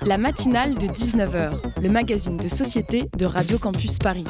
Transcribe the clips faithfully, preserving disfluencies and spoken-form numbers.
La matinale de dix-neuf heures, le magazine de société de Radio Campus Paris.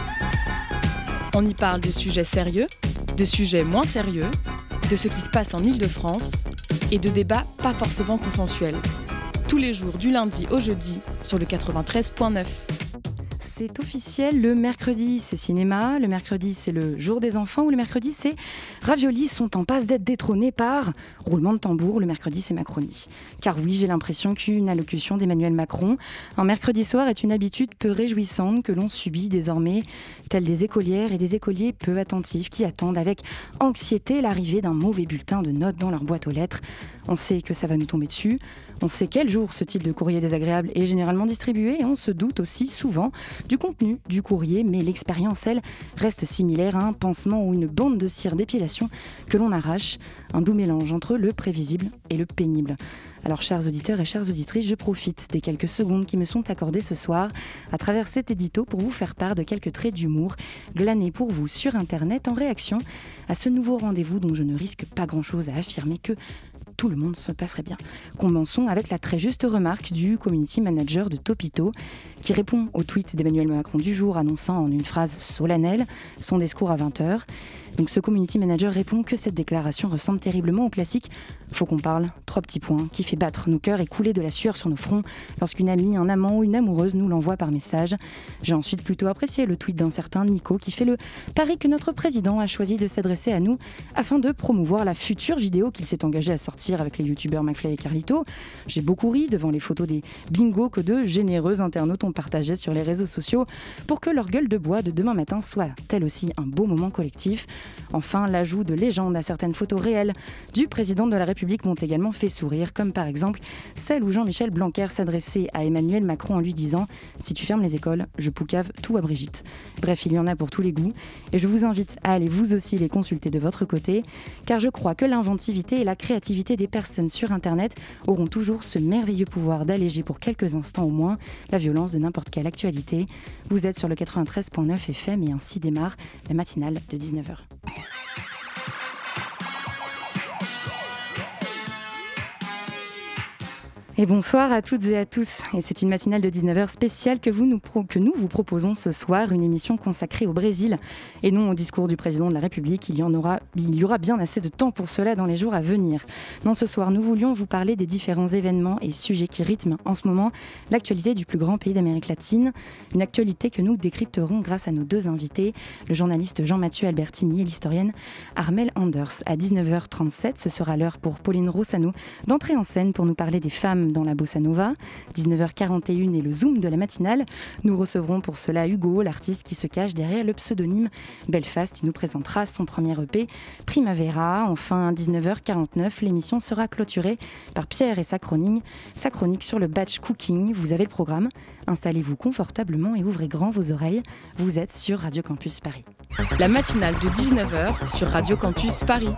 On y parle de sujets sérieux, de sujets moins sérieux, de ce qui se passe en Île-de-France et de débats pas forcément consensuels. Tous les jours du lundi au jeudi sur le quatre-vingt-treize virgule neuf. C'est officiel, le mercredi c'est cinéma, le mercredi c'est le jour des enfants ou le mercredi c'est raviolis sont en passe d'être détrônés par roulement de tambour, le mercredi c'est Macronie. Car oui, j'ai l'impression qu'une allocution d'Emmanuel Macron un mercredi soir est une habitude peu réjouissante que l'on subit désormais, tels des écolières et des écoliers peu attentifs qui attendent avec anxiété l'arrivée d'un mauvais bulletin de notes dans leur boîte aux lettres. On sait que ça va nous tomber dessus. On sait quel jour ce type de courrier désagréable est généralement distribué et on se doute aussi souvent du contenu du courrier, mais l'expérience, elle, reste similaire à un pansement ou une bande de cire d'épilation que l'on arrache, un doux mélange entre le prévisible et le pénible. Alors, chers auditeurs et chères auditrices, je profite des quelques secondes qui me sont accordées ce soir à travers cet édito pour vous faire part de quelques traits d'humour glanés pour vous sur Internet en réaction à ce nouveau rendez-vous dont je ne risque pas grand-chose à affirmer que tout le monde se passerait bien. Commençons avec la très juste remarque du community manager de Topito qui répond au tweet d'Emmanuel Macron du jour annonçant en une phrase solennelle son discours à vingt heures. Donc ce community manager répond que cette déclaration ressemble terriblement au classique « Faut qu'on parle », trois petits points, qui fait battre nos cœurs et couler de la sueur sur nos fronts lorsqu'une amie, un amant ou une amoureuse nous l'envoie par message. J'ai ensuite plutôt apprécié le tweet d'un certain Nico qui fait le pari que notre président a choisi de s'adresser à nous afin de promouvoir la future vidéo qu'il s'est engagé à sortir avec les youtubeurs McFly et Carlito. J'ai beaucoup ri devant les photos des bingos que de généreux internautes ont partagés sur les réseaux sociaux pour que leur gueule de bois de demain matin soit elle aussi un beau moment collectif. Enfin, l'ajout de légendes à certaines photos réelles du président de la République m'ont également fait sourire, comme par exemple celle où Jean-Michel Blanquer s'adressait à Emmanuel Macron en lui disant « Si tu fermes les écoles, je poucave tout à Brigitte ». Bref, il y en a pour tous les goûts et je vous invite à aller vous aussi les consulter de votre côté, car je crois que l'inventivité et la créativité des personnes sur Internet auront toujours ce merveilleux pouvoir d'alléger pour quelques instants au moins la violence de n'importe quelle actualité. Vous êtes sur le quatre-vingt-treize virgule neuf F M et ainsi démarre la matinale de dix-neuf heures. Et bonsoir à toutes et à tous. Et c'est une matinale de dix-neuf heures spéciale que, vous nous pro- que nous vous proposons ce soir, une émission consacrée au Brésil et non au discours du président de la République. Il y en aura, il y aura bien assez de temps pour cela dans les jours à venir. Non, ce soir, nous voulions vous parler des différents événements et sujets qui rythment en ce moment l'actualité du plus grand pays d'Amérique latine. Une actualité que nous décrypterons grâce à nos deux invités, le journaliste Jean-Mathieu Albertini et l'historienne Armelle Anders. À dix-neuf heures trente-sept, ce sera l'heure pour Pauline Rossano d'entrer en scène pour nous parler des femmes dans la bossa nova. dix-neuf heures quarante et une et le zoom de la matinale. Nous recevrons pour cela Hugo, l'artiste qui se cache derrière le pseudonyme Belfast. Il nous présentera son premier E P Primavera. Enfin, à dix-neuf heures quarante-neuf, l'émission sera clôturée par Pierre et sa chronique, sa chronique sur le batch cooking. Vous avez le programme. Installez-vous confortablement et ouvrez grand vos oreilles. Vous êtes sur Radio Campus Paris. La matinale de dix-neuf heures sur Radio Campus Paris.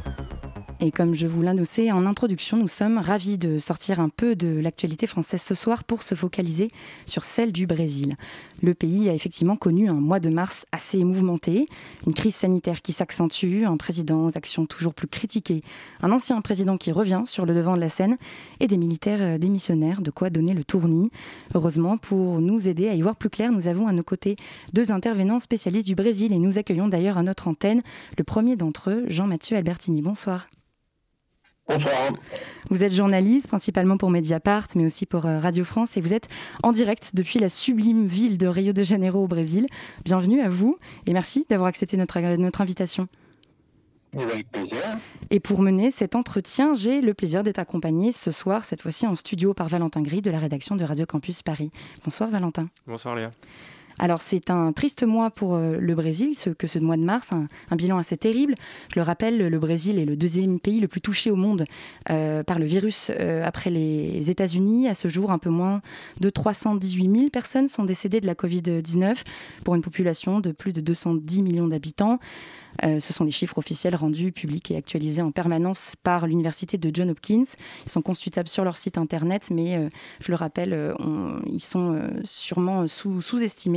Et comme je vous l'annonçais en introduction, nous sommes ravis de sortir un peu de l'actualité française ce soir pour se focaliser sur celle du Brésil. Le pays a effectivement connu un mois de mars assez mouvementé, une crise sanitaire qui s'accentue, un président aux actions toujours plus critiquées, un ancien président qui revient sur le devant de la scène et des militaires démissionnaires, de quoi donner le tournis. Heureusement, pour nous aider à y voir plus clair, nous avons à nos côtés deux intervenants spécialistes du Brésil et nous accueillons d'ailleurs à notre antenne le premier d'entre eux, Jean-Mathieu Albertini. Bonsoir. Bonsoir. Vous êtes journaliste, principalement pour Mediapart, mais aussi pour Radio France, et vous êtes en direct depuis la sublime ville de Rio de Janeiro au Brésil. Bienvenue à vous, et merci d'avoir accepté notre, notre invitation. Avec plaisir. Et pour mener cet entretien, j'ai le plaisir d'être accompagné ce soir, cette fois-ci en studio, par Valentin Gris de la rédaction de Radio Campus Paris. Bonsoir Valentin. Bonsoir Léa. Alors c'est un triste mois pour euh, le Brésil, ce, que ce mois de mars, un, un bilan assez terrible. Je le rappelle, le Brésil est le deuxième pays le plus touché au monde euh, par le virus euh, après les États-Unis. À ce jour, un peu moins de trois cent dix-huit mille personnes sont décédées de la covid dix-neuf pour une population de plus de deux cent dix millions d'habitants. Euh, ce sont les chiffres officiels rendus publics et actualisés en permanence par l'université de Johns Hopkins. Ils sont consultables sur leur site internet, mais euh, je le rappelle, euh, on, ils sont euh, sûrement sous, sous-estimés.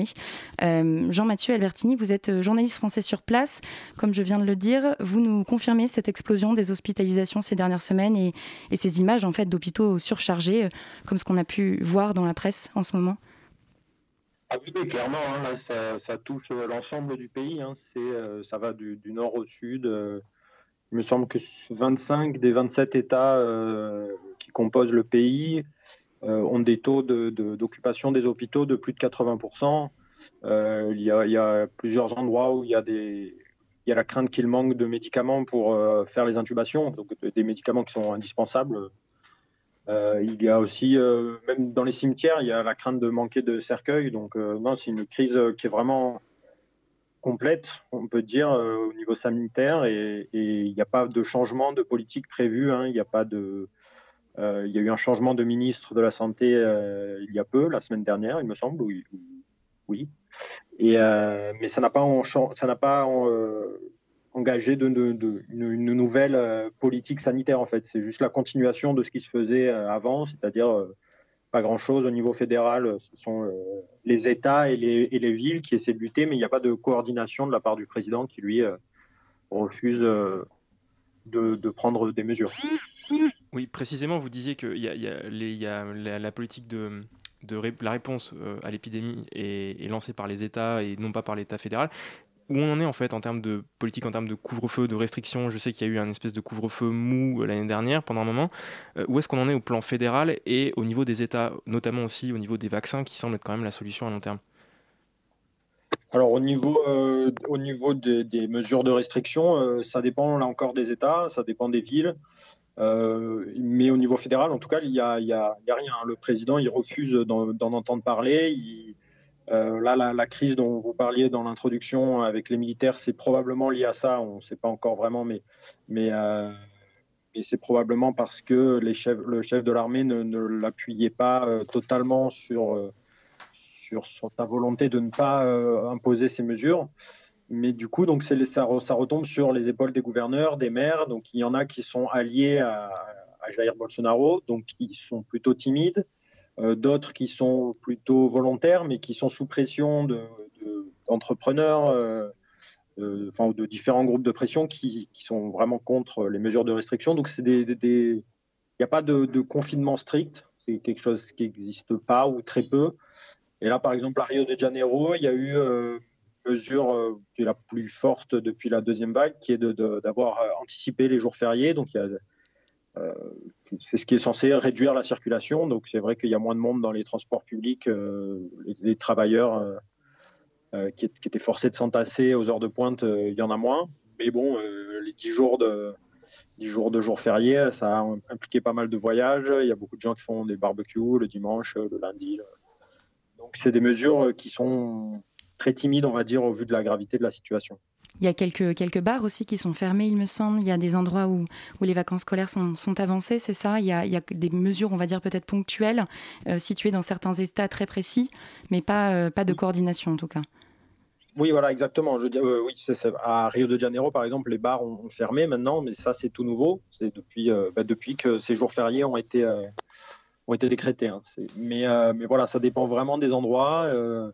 Paris. Euh, Jean-Mathieu Albertini, vous êtes journaliste français sur place. Comme je viens de le dire, vous nous confirmez cette explosion des hospitalisations ces dernières semaines et, et ces images en fait, d'hôpitaux surchargés, comme ce qu'on a pu voir dans la presse en ce moment? Ah oui, oui, clairement, hein, là, ça, ça touche l'ensemble du pays. Hein. C'est, euh, ça va du, du nord au sud. Euh, il me semble que vingt-cinq des vingt-sept États euh, qui composent le pays euh, ont des taux de, de, d'occupation des hôpitaux de plus de quatre-vingts pour cent. Euh, il, y a, il y a plusieurs endroits où il y a, des, il y a la crainte qu'il manque de médicaments pour euh, faire les intubations, donc des médicaments qui sont indispensables. Euh, il y a aussi, euh, même dans les cimetières, il y a la crainte de manquer de cercueils. Donc, euh, non, c'est une crise qui est vraiment complète, on peut dire, euh, au niveau sanitaire. Et, et il n'y a pas de changement de politique prévu. Hein. Il n'y a pas de, euh, il y a eu un changement de ministre de la Santé euh, il y a peu, la semaine dernière, il me semble. Oui. oui. Et, euh, mais ça n'a pas, en, ça n'a pas en, euh, engagé de, de, de, une, une nouvelle euh, politique sanitaire, en fait. C'est juste la continuation de ce qui se faisait euh, avant, c'est-à-dire euh, pas grand-chose au niveau fédéral. Ce sont euh, les États et les, et les villes qui essaient de lutter, mais il n'y a pas de coordination de la part du président qui, lui, euh, refuse euh, de, de prendre des mesures. Oui, précisément, vous disiez qu'il y a, il y a, les, il y a la, la politique de... De ré- la réponse euh, à l'épidémie est, est lancée par les États et non pas par l'État fédéral. Où on en est en fait en termes de politique, en termes de couvre-feu, de restrictions? Je sais qu'il y a eu un espèce de couvre-feu mou l'année dernière pendant un moment. Euh, où est-ce qu'on en est au plan fédéral et au niveau des États, notamment aussi au niveau des vaccins qui semble être quand même la solution à long terme? Alors au niveau, euh, au niveau des, des mesures de restriction, euh, ça dépend là encore des États, ça dépend des villes. Euh, mais au niveau fédéral, en tout cas, il n'y a, il y a, il y a rien. Le président, il refuse d'en, d'en entendre parler. Il, euh, là, la, la crise dont vous parliez dans l'introduction avec les militaires, c'est probablement lié à ça. On ne sait pas encore vraiment, mais, mais, euh, mais c'est probablement parce que les chefs, le chef de l'armée ne, ne l'appuyait pas euh, totalement sur, euh, sur, sur sa volonté de ne pas euh, imposer ces mesures. Mais du coup, donc c'est, ça, ça retombe sur les épaules des gouverneurs, des maires. Donc il y en a qui sont alliés à, à Jair Bolsonaro, donc qui sont plutôt timides. Euh, d'autres qui sont plutôt volontaires, mais qui sont sous pression de, de, d'entrepreneurs, euh, de, enfin, de différents groupes de pression qui, qui sont vraiment contre les mesures de restriction. Donc c'est des, des, des... il n'y a pas de, de confinement strict. C'est quelque chose qui n'existe pas ou très peu. Et là, par exemple, à Rio de Janeiro, il y a eu euh, une mesure euh, qui est la plus forte depuis la deuxième vague, qui est de, de, d'avoir anticipé les jours fériés. Donc, il y a, euh, c'est ce qui est censé réduire la circulation. Donc, c'est vrai qu'il y a moins de monde dans les transports publics. Euh, les, les travailleurs euh, euh, qui, qui étaient forcés de s'entasser aux heures de pointe, euh, il y en a moins. Mais bon, euh, les dix jours de... dix jours de jours fériés, ça a impliqué pas mal de voyages. Il y a beaucoup de gens qui font des barbecues le dimanche, le lundi. Le... Donc, c'est des mesures qui sont très timides, on va dire, au vu de la gravité de la situation. Il y a quelques, quelques bars aussi qui sont fermés, il me semble. Il y a des endroits où, où les vacances scolaires sont, sont avancées, c'est ça. Il y, a, il y a des mesures, on va dire, peut-être ponctuelles, euh, situées dans certains états très précis, mais pas, euh, pas de coordination, en tout cas. Oui, voilà, exactement. Je dis, euh, oui, c'est, c'est, à Rio de Janeiro, par exemple, les bars ont, ont fermé maintenant, mais ça, c'est tout nouveau. C'est depuis, euh, bah, depuis que ces jours fériés ont été... Euh, ont été décrétés. Hein. Mais, euh, mais voilà, ça dépend vraiment des endroits. Euh,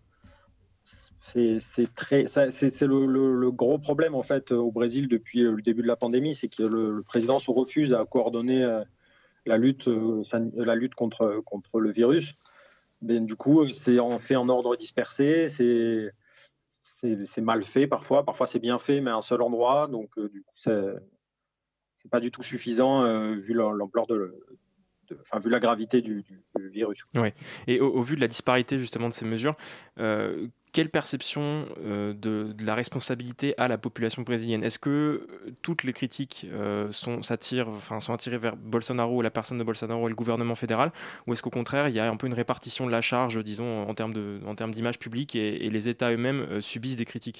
c'est, c'est, très, ça, c'est, c'est le, le, le gros problème en fait au Brésil depuis le début de la pandémie, c'est que le, le président se refuse à coordonner euh, la lutte, euh, la lutte contre, contre le virus. Mais du coup, c'est en, fait en ordre dispersé, c'est, c'est, c'est mal fait parfois, parfois c'est bien fait, mais à un seul endroit. Donc, euh, du coup, c'est, c'est pas du tout suffisant euh, vu l'ampleur de, De, enfin, vu la gravité du, du, du virus. Ouais. Et au, au vu de la disparité justement de ces mesures, euh, quelle perception euh, de, de la responsabilité a la population brésilienne? Est-ce que toutes les critiques euh, sont, s'attirent, enfin, sont attirées vers Bolsonaro, la personne de Bolsonaro et le gouvernement fédéral, ou est-ce qu'au contraire il y a un peu une répartition de la charge, disons, en termes, de, en termes d'image publique et, et les États eux-mêmes euh, subissent des critiques?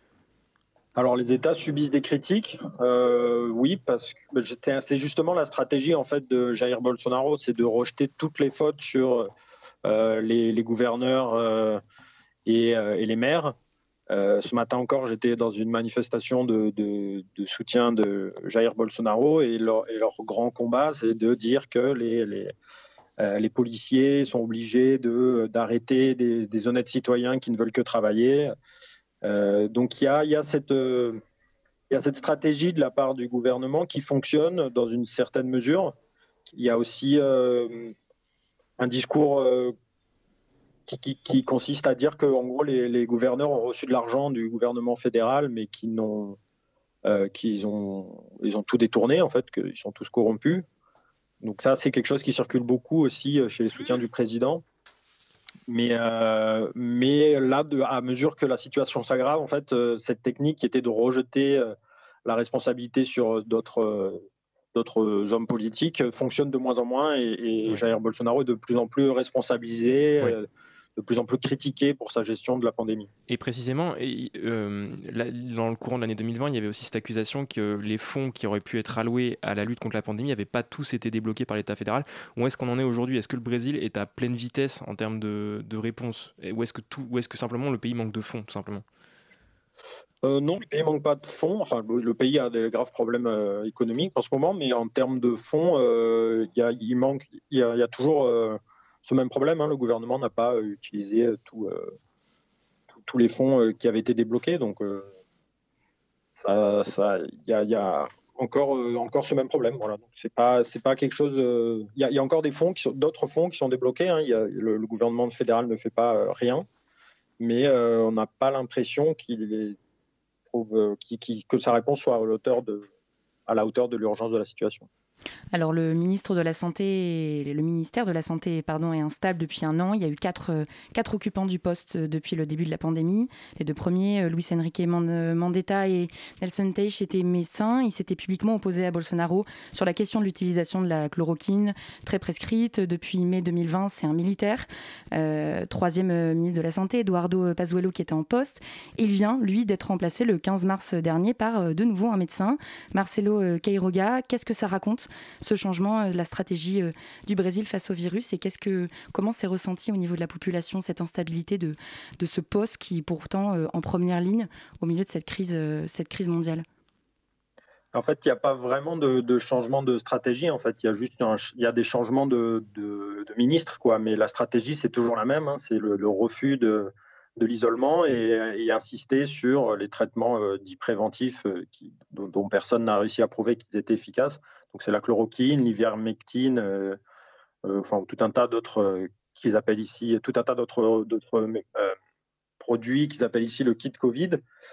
Alors les États subissent des critiques, euh, oui, parce que c'est justement la stratégie en fait de Jair Bolsonaro, c'est de rejeter toutes les fautes sur euh, les, les gouverneurs euh, et, euh, et les maires. Euh, ce matin encore, j'étais dans une manifestation de, de, de soutien de Jair Bolsonaro et leur, et leur grand combat, c'est de dire que les, les, Euh, les policiers sont obligés de, d'arrêter des, des honnêtes citoyens qui ne veulent que travailler. Euh, donc il y a, il y a cette, euh, il y a cette stratégie de la part du gouvernement qui fonctionne dans une certaine mesure. Il y a aussi euh, un discours euh, qui, qui, qui consiste à dire que en gros les, les gouverneurs ont reçu de l'argent du gouvernement fédéral, mais qui n'ont, euh, qu'ils ont, ils ont tout détourné en fait, qu'ils sont tous corrompus. Donc ça, c'est quelque chose qui circule beaucoup aussi chez les soutiens du président. Mais, euh, mais là, de, à mesure que la situation s'aggrave, en fait, euh, cette technique qui était de rejeter euh, la responsabilité sur d'autres, euh, d'autres hommes politiques euh, fonctionne de moins en moins et, et Ouais. Jair Bolsonaro est de plus en plus responsabilisé, Ouais. euh, de plus en plus critiqué pour sa gestion de la pandémie. Et précisément, et, euh, là, dans le courant de l'année deux mille vingt, il y avait aussi cette accusation que les fonds qui auraient pu être alloués à la lutte contre la pandémie n'avaient pas tous été débloqués par l'État fédéral. Où est-ce qu'on en est aujourd'hui ? Est-ce que le Brésil est à pleine vitesse en termes de, de réponse ? Ou est-ce que tout, ou est-ce que simplement le pays manque de fonds, tout simplement ? Euh, non, le pays manque pas de fonds. Enfin, le pays a des graves problèmes euh, économiques en ce moment, mais en termes de fonds, euh, y a, il manque, il y a, y a toujours euh, ce même problème. Hein. Le gouvernement n'a pas euh, utilisé tout, euh, tout, tous les fonds euh, qui avaient été débloqués, donc euh, ça, ça, y a, y a encore, euh, encore ce même problème. Voilà. Donc c'est pas, c'est pas quelque chose. Il euh, y, y, a encore des fonds, qui sont, d'autres fonds qui sont débloqués. Hein. Y a, le, le gouvernement fédéral ne fait pas euh, rien, mais euh, on n'a pas l'impression qu'il est Trouve, qui, qui, que sa réponse soit à, l'auteur de, à la hauteur de l'urgence de la situation. Alors le ministre de la Santé, le ministère de la Santé pardon, est instable depuis un an. Il y a eu quatre, quatre occupants du poste depuis le début de la pandémie. Les deux premiers, Luis Henrique Mandetta et Nelson Teich, étaient médecins. Ils s'étaient publiquement opposés à Bolsonaro sur la question de l'utilisation de la chloroquine, très prescrite. Depuis mai deux mille vingt, c'est un militaire. Euh, troisième ministre de la Santé, Eduardo Pazuello, qui était en poste. Et il vient, lui, d'être remplacé le quinze mars dernier par de nouveau un médecin, Marcelo Queiroga. Qu'est-ce que ça raconte, ce changement de la stratégie du Brésil face au virus, et qu'est-ce que, comment c'est ressenti au niveau de la population, cette instabilité de, de ce poste qui est pourtant en première ligne au milieu de cette crise, cette crise mondiale? En fait, il n'y a pas vraiment de, de changement de stratégie. En fait, il y a juste un, il y a des changements de, de, de ministres, quoi. Mais la stratégie, c'est toujours la même. Hein. C'est le, le refus de, de l'isolement et, et insister sur les traitements euh, dits préventifs euh, qui, dont, dont personne n'a réussi à prouver qu'ils étaient efficaces. Donc, c'est la chloroquine, l'ivermectine, euh, euh, enfin tout un tas d'autres euh, qu'ils appellent ici, tout un tas d'autres, d'autres euh, produits qu'ils appellent ici le kit Covid.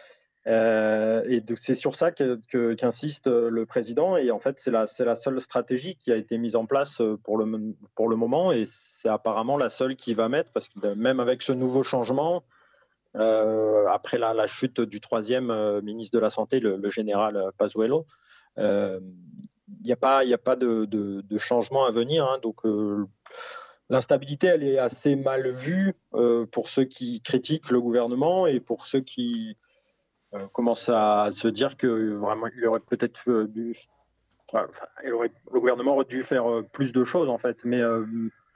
Euh, et donc c'est sur ça que, que, qu'insiste le président. Et en fait, c'est la, c'est la seule stratégie qui a été mise en place pour le, pour le moment. Et c'est apparemment la seule qu'il va mettre, parce que même avec ce nouveau changement, euh, après la, la chute du troisième euh, ministre de la Santé, le, le général Pazuello, il euh, n'y a pas, y a pas de, de, de changement à venir. Hein. Donc euh, l'instabilité, elle est assez mal vue euh, pour ceux qui critiquent le gouvernement et pour ceux qui Euh, commence à se dire que vraiment il aurait peut-être dû, enfin, il aurait, le gouvernement aurait dû faire plus de choses en fait, mais euh,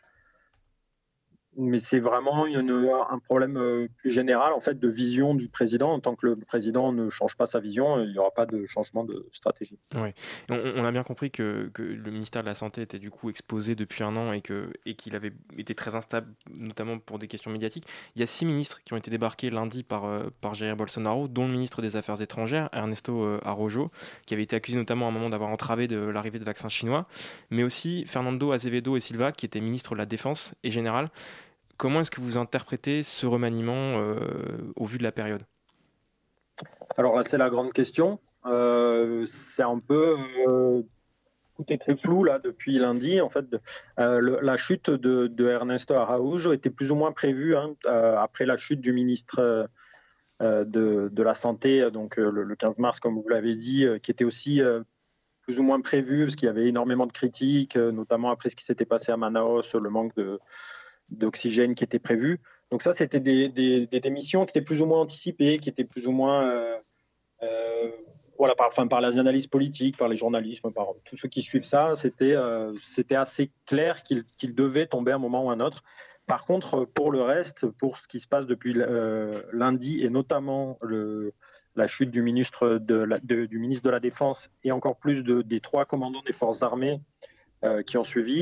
mais c'est vraiment une, un problème plus général en fait de vision du président. En tant que le président ne change pas sa vision, il n'y aura pas de changement de stratégie. Oui, on, on a bien compris que, que le ministère de la Santé était du coup exposé depuis un an et, que, et qu'il avait été très instable, notamment pour des questions médiatiques. Il y a six ministres qui ont été débarqués lundi par, euh, par Jair Bolsonaro, dont le ministre des Affaires étrangères, Ernesto euh, Araújo, qui avait été accusé notamment à un moment d'avoir entravé de l'arrivée de vaccins chinois, mais aussi Fernando Azevedo et Silva, qui était ministre de la Défense et général. Comment est-ce que vous interprétez ce remaniement euh, au vu de la période ? Alors là, c'est la grande question. Euh, c'est un peu euh, tout est très flou là depuis lundi. En fait, euh, le, la chute de, de Ernesto Araújo était plus ou moins prévue hein, euh, après la chute du ministre euh, de, de la Santé, donc euh, le, le quinze mars, comme vous l'avez dit, euh, qui était aussi euh, plus ou moins prévu parce qu'il y avait énormément de critiques, euh, notamment après ce qui s'était passé à Manaus, le manque de d'oxygène qui était prévu. Donc ça, c'était des, des, des démissions qui étaient plus ou moins anticipées, qui étaient plus ou moins, euh, euh, voilà, par, enfin, par les analyses politiques, par les journalistes, par tous ceux qui suivent ça, c'était, euh, c'était assez clair qu'il, qu'il devait tomber à un moment ou à un autre. Par contre, pour le reste, pour ce qui se passe depuis euh, lundi, et notamment le, la chute du ministre de, la, de, du ministre de la Défense et encore plus de, des trois commandants des forces armées euh, qui ont suivi,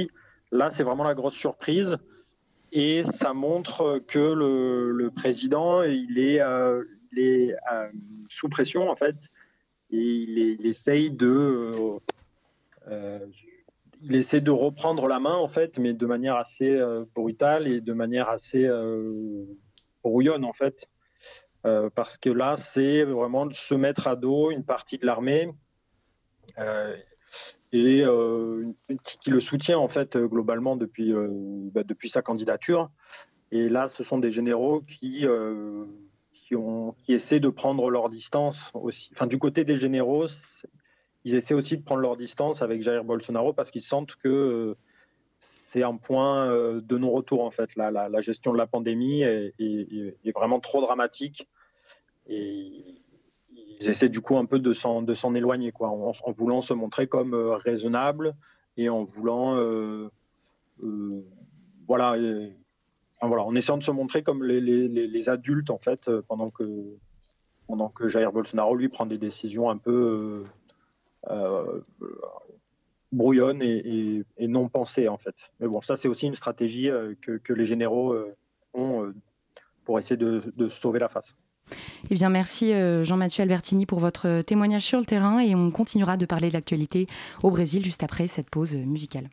là, c'est vraiment la grosse surprise. Et ça montre que le, le président, il est, euh, il est euh, sous pression, en fait. Et il, est, il essaye de... Euh, il essaie de reprendre la main, en fait, mais de manière assez euh, brutale et de manière assez euh, brouillonne, en fait. Euh, parce que là, c'est vraiment de se mettre à dos une partie de l'armée euh, et euh, qui le soutient, en fait, globalement, depuis, euh, bah, depuis sa candidature. Et là, ce sont des généraux qui, euh, qui, ont, qui essaient de prendre leur distance aussi. Enfin, du côté des généraux, ils essaient aussi de prendre leur distance avec Jair Bolsonaro parce qu'ils sentent que euh, c'est un point euh, de non-retour, en fait. La, la, la gestion de la pandémie est, est, est vraiment trop dramatique. Et ils essaient du coup un peu de s'en, de s'en éloigner, quoi, en, en voulant se montrer comme euh, raisonnable et en voulant... Euh, euh, voilà... Et, Enfin, voilà, en essayant de se montrer comme les, les, les adultes, en fait, pendant que, pendant que Jair Bolsonaro, lui, prend des décisions un peu euh, euh, brouillonnes et, et, et non pensées, en fait. Mais bon, ça, c'est aussi une stratégie euh, que, que les généraux euh, ont euh, pour essayer de, de sauver la face. Eh bien, merci euh, Jean-Mathieu Albertini pour votre témoignage sur le terrain et on continuera de parler de l'actualité au Brésil juste après cette pause musicale.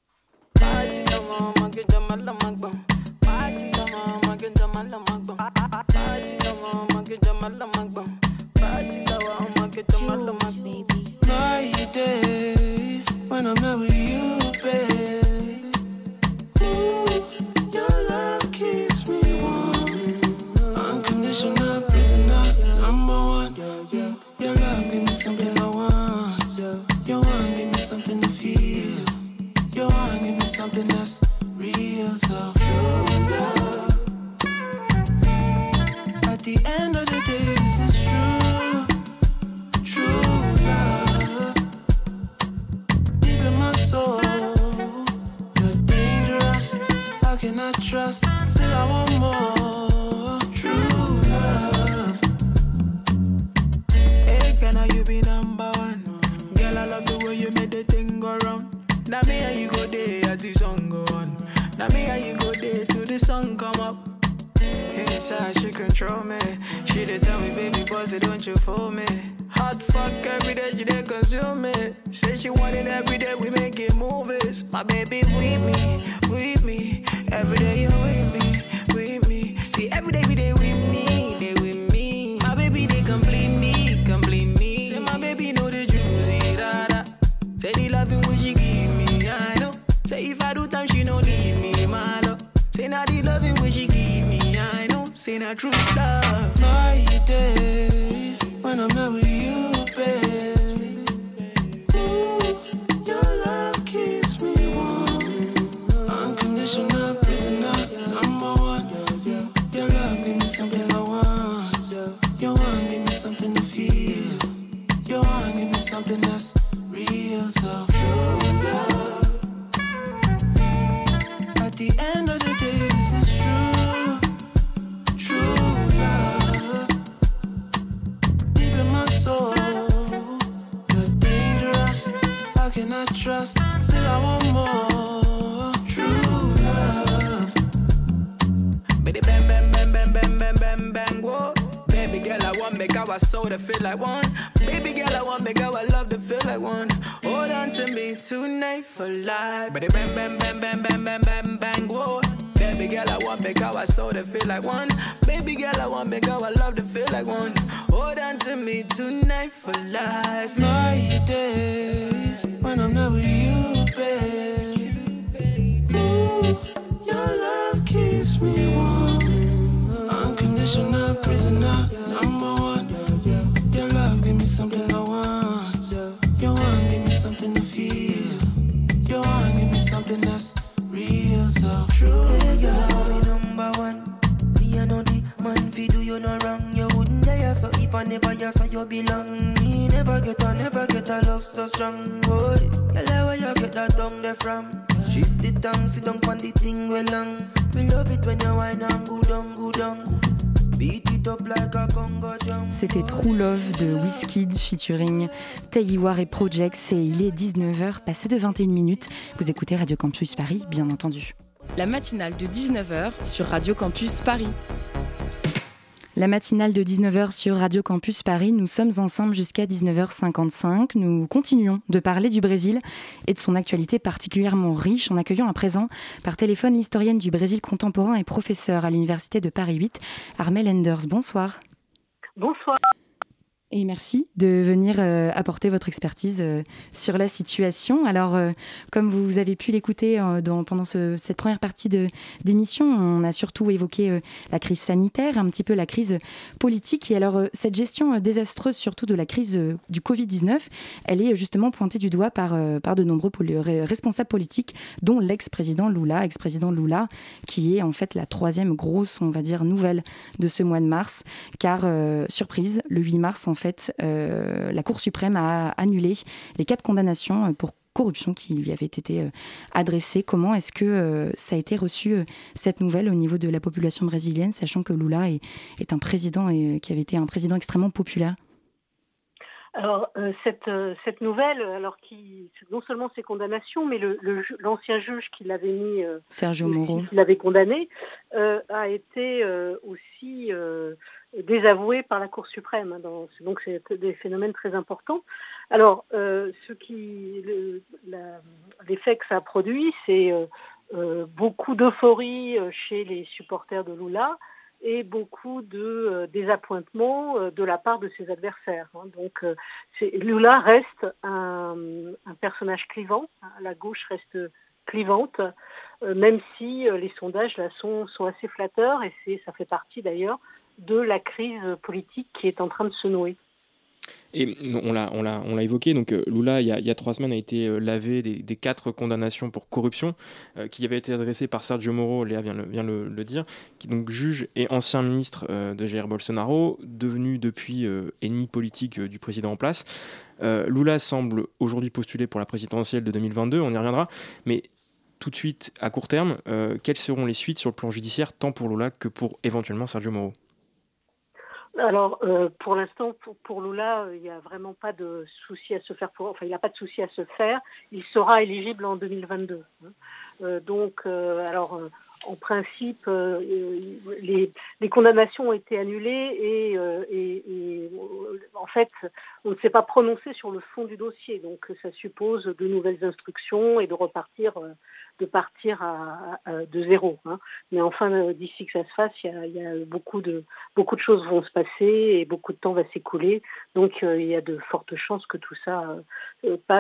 My days when I'm not with you, babe. Ooh, your love keeps me warm. Unconditional prisoner, number one. Your love give me something I want. Your one give me something to feel. Your one give me something that's real, so true love. At the end of the day, this is true. True love. Deep in my soul, you're dangerous. How can I trust? Still I want more. True love. Hey, can I you be number one? Girl, I love the way you made the thing go round. Now me and you go there as the song go on. Now me and you go there till the sun come up. Inside she control me. She dey tell me, baby, boss, don't you fool me. Hot fuck every day, she dey consume me. Say she want it every day, we making movies. My baby with me, with me. Every day you with me, with me. See, every day we dey with me, they with me. My baby, they complete me, complete me. Say my baby know the juicy, da da. Say the loving which she give me, I know. Say if I do time, she no leave me, my love. Say now the loving which she give me, I know. Say not true love. My days when I'm not with you, babe. Ooh, your love keeps me warm. Unconditional prisoner, number one. Your love give me something I want. Your one give me something to feel. Your one give me something that's real, so true love. At the end of the day, this is true. True love. Deep in my soul, you're dangerous. How can I trust? Still I want more. True love. Baby bang bang bang bang bang bang bang bang whoa. Baby girl, I want make our soul to feel like one. Baby girl, I want make our love to feel like one. Hold on to me tonight for life. Baby bang bang bang bang bang bang bang bang whoa. Baby girl, I want make our soul to feel like one. Baby girl, I want make our love to feel like one. Hold on to me tonight for life. My days when I'm not with you, babe. Ooh, your love keeps me warm. Unconditional prisoner, number one. Your love give me something I want. Your one give me something to feel. Your one give me something that's real, so true. Hey girl, be number one. Me I know the man fi do you no wrong. You wouldn't dare, so if I never you so you belong. Me never get a, never get a love so strong, boy. Girl, where you get that tongue there from? Shift the tongue, sit down on the thing well long. Me love it when you whine and go down, go down. Beat it up like a Congo drum. C'était True Love de Wizkid featuring Tayiwar et Projects et il est dix-neuf heures, passé de vingt et une minutes. Vous écoutez Radio Campus Paris, bien entendu. La matinale de dix-neuf heures sur Radio Campus Paris. La matinale de dix-neuf heures sur Radio Campus Paris, nous sommes ensemble jusqu'à dix-neuf heures cinquante-cinq. Nous continuons de parler du Brésil et de son actualité particulièrement riche en accueillant à présent par téléphone l'historienne du Brésil contemporain et professeure à l'Université de Paris huit, Armelle Enders. Bonsoir. Bonsoir. Et merci de venir euh, apporter votre expertise euh, sur la situation. Alors, euh, comme vous avez pu l'écouter euh, dans, pendant ce, cette première partie de, d'émission, on a surtout évoqué euh, la crise sanitaire, un petit peu la crise politique. Et alors, euh, cette gestion euh, désastreuse, surtout de la crise euh, du covid dix-neuf, elle est justement pointée du doigt par, euh, par de nombreux poli- responsables politiques, dont l'ex-président Lula, ex-président Lula, qui est en fait la troisième grosse, on va dire, nouvelle de ce mois de mars. Car, euh, surprise, le huit mars, en En fait, euh, la Cour suprême a annulé les quatre condamnations pour corruption qui lui avaient été euh, adressées. Comment est-ce que euh, ça a été reçu, euh, cette nouvelle, au niveau de la population brésilienne, sachant que Lula est, est un président et, euh, qui avait été un président extrêmement populaire? Alors, euh, cette, euh, cette nouvelle, alors qui, non seulement ces condamnations, mais le, le, l'ancien juge qui l'avait mis, euh, Sergio Moro, qui l'avait condamné, euh, a été euh, aussi euh, désavoué par la Cour suprême. Donc, donc c'est des phénomènes très importants. Alors, euh, ce qui, le, la, l'effet que ça a produit, c'est euh, euh, beaucoup d'euphorie chez les supporters de Lula, et beaucoup de euh, désappointement euh, de la part de ses adversaires. Hein. Donc euh, c'est, Lula reste un, un personnage clivant, hein. La gauche reste clivante, euh, même si euh, les sondages là sont, sont assez flatteurs, et c'est, ça fait partie d'ailleurs de la crise politique qui est en train de se nouer. Et on l'a, on l'a, on l'a évoqué, donc Lula, il y a, il y a trois semaines, a été lavé des, des quatre condamnations pour corruption euh, qui avaient été adressées par Sergio Moro, Léa vient, le, vient le, le dire, qui est donc juge et ancien ministre euh, de Jair Bolsonaro, devenu depuis euh, ennemi politique euh, du président en place. Euh, Lula semble aujourd'hui postuler pour la présidentielle de deux mille vingt-deux, on y reviendra, mais tout de suite, à court terme, euh, quelles seront les suites sur le plan judiciaire, tant pour Lula que pour éventuellement Sergio Moro? Alors, euh, pour l'instant, pour, pour Lula, il n'y a vraiment pas de souci à se faire. Pour, enfin, il n'a pas de souci à se faire. Il sera éligible en deux mille vingt-deux. Hein. Euh, donc, euh, alors, euh, en principe, euh, les, les condamnations ont été annulées et, euh, et, et en fait, on ne s'est pas prononcé sur le fond du dossier. Donc, ça suppose de nouvelles instructions et de repartir. Euh, de partir à, à, de zéro. Hein. Mais enfin, d'ici que ça se fasse, il y a, il y a beaucoup, de, beaucoup de choses vont se passer et beaucoup de temps va s'écouler. Donc, euh, il y a de fortes chances que tout ça euh, passe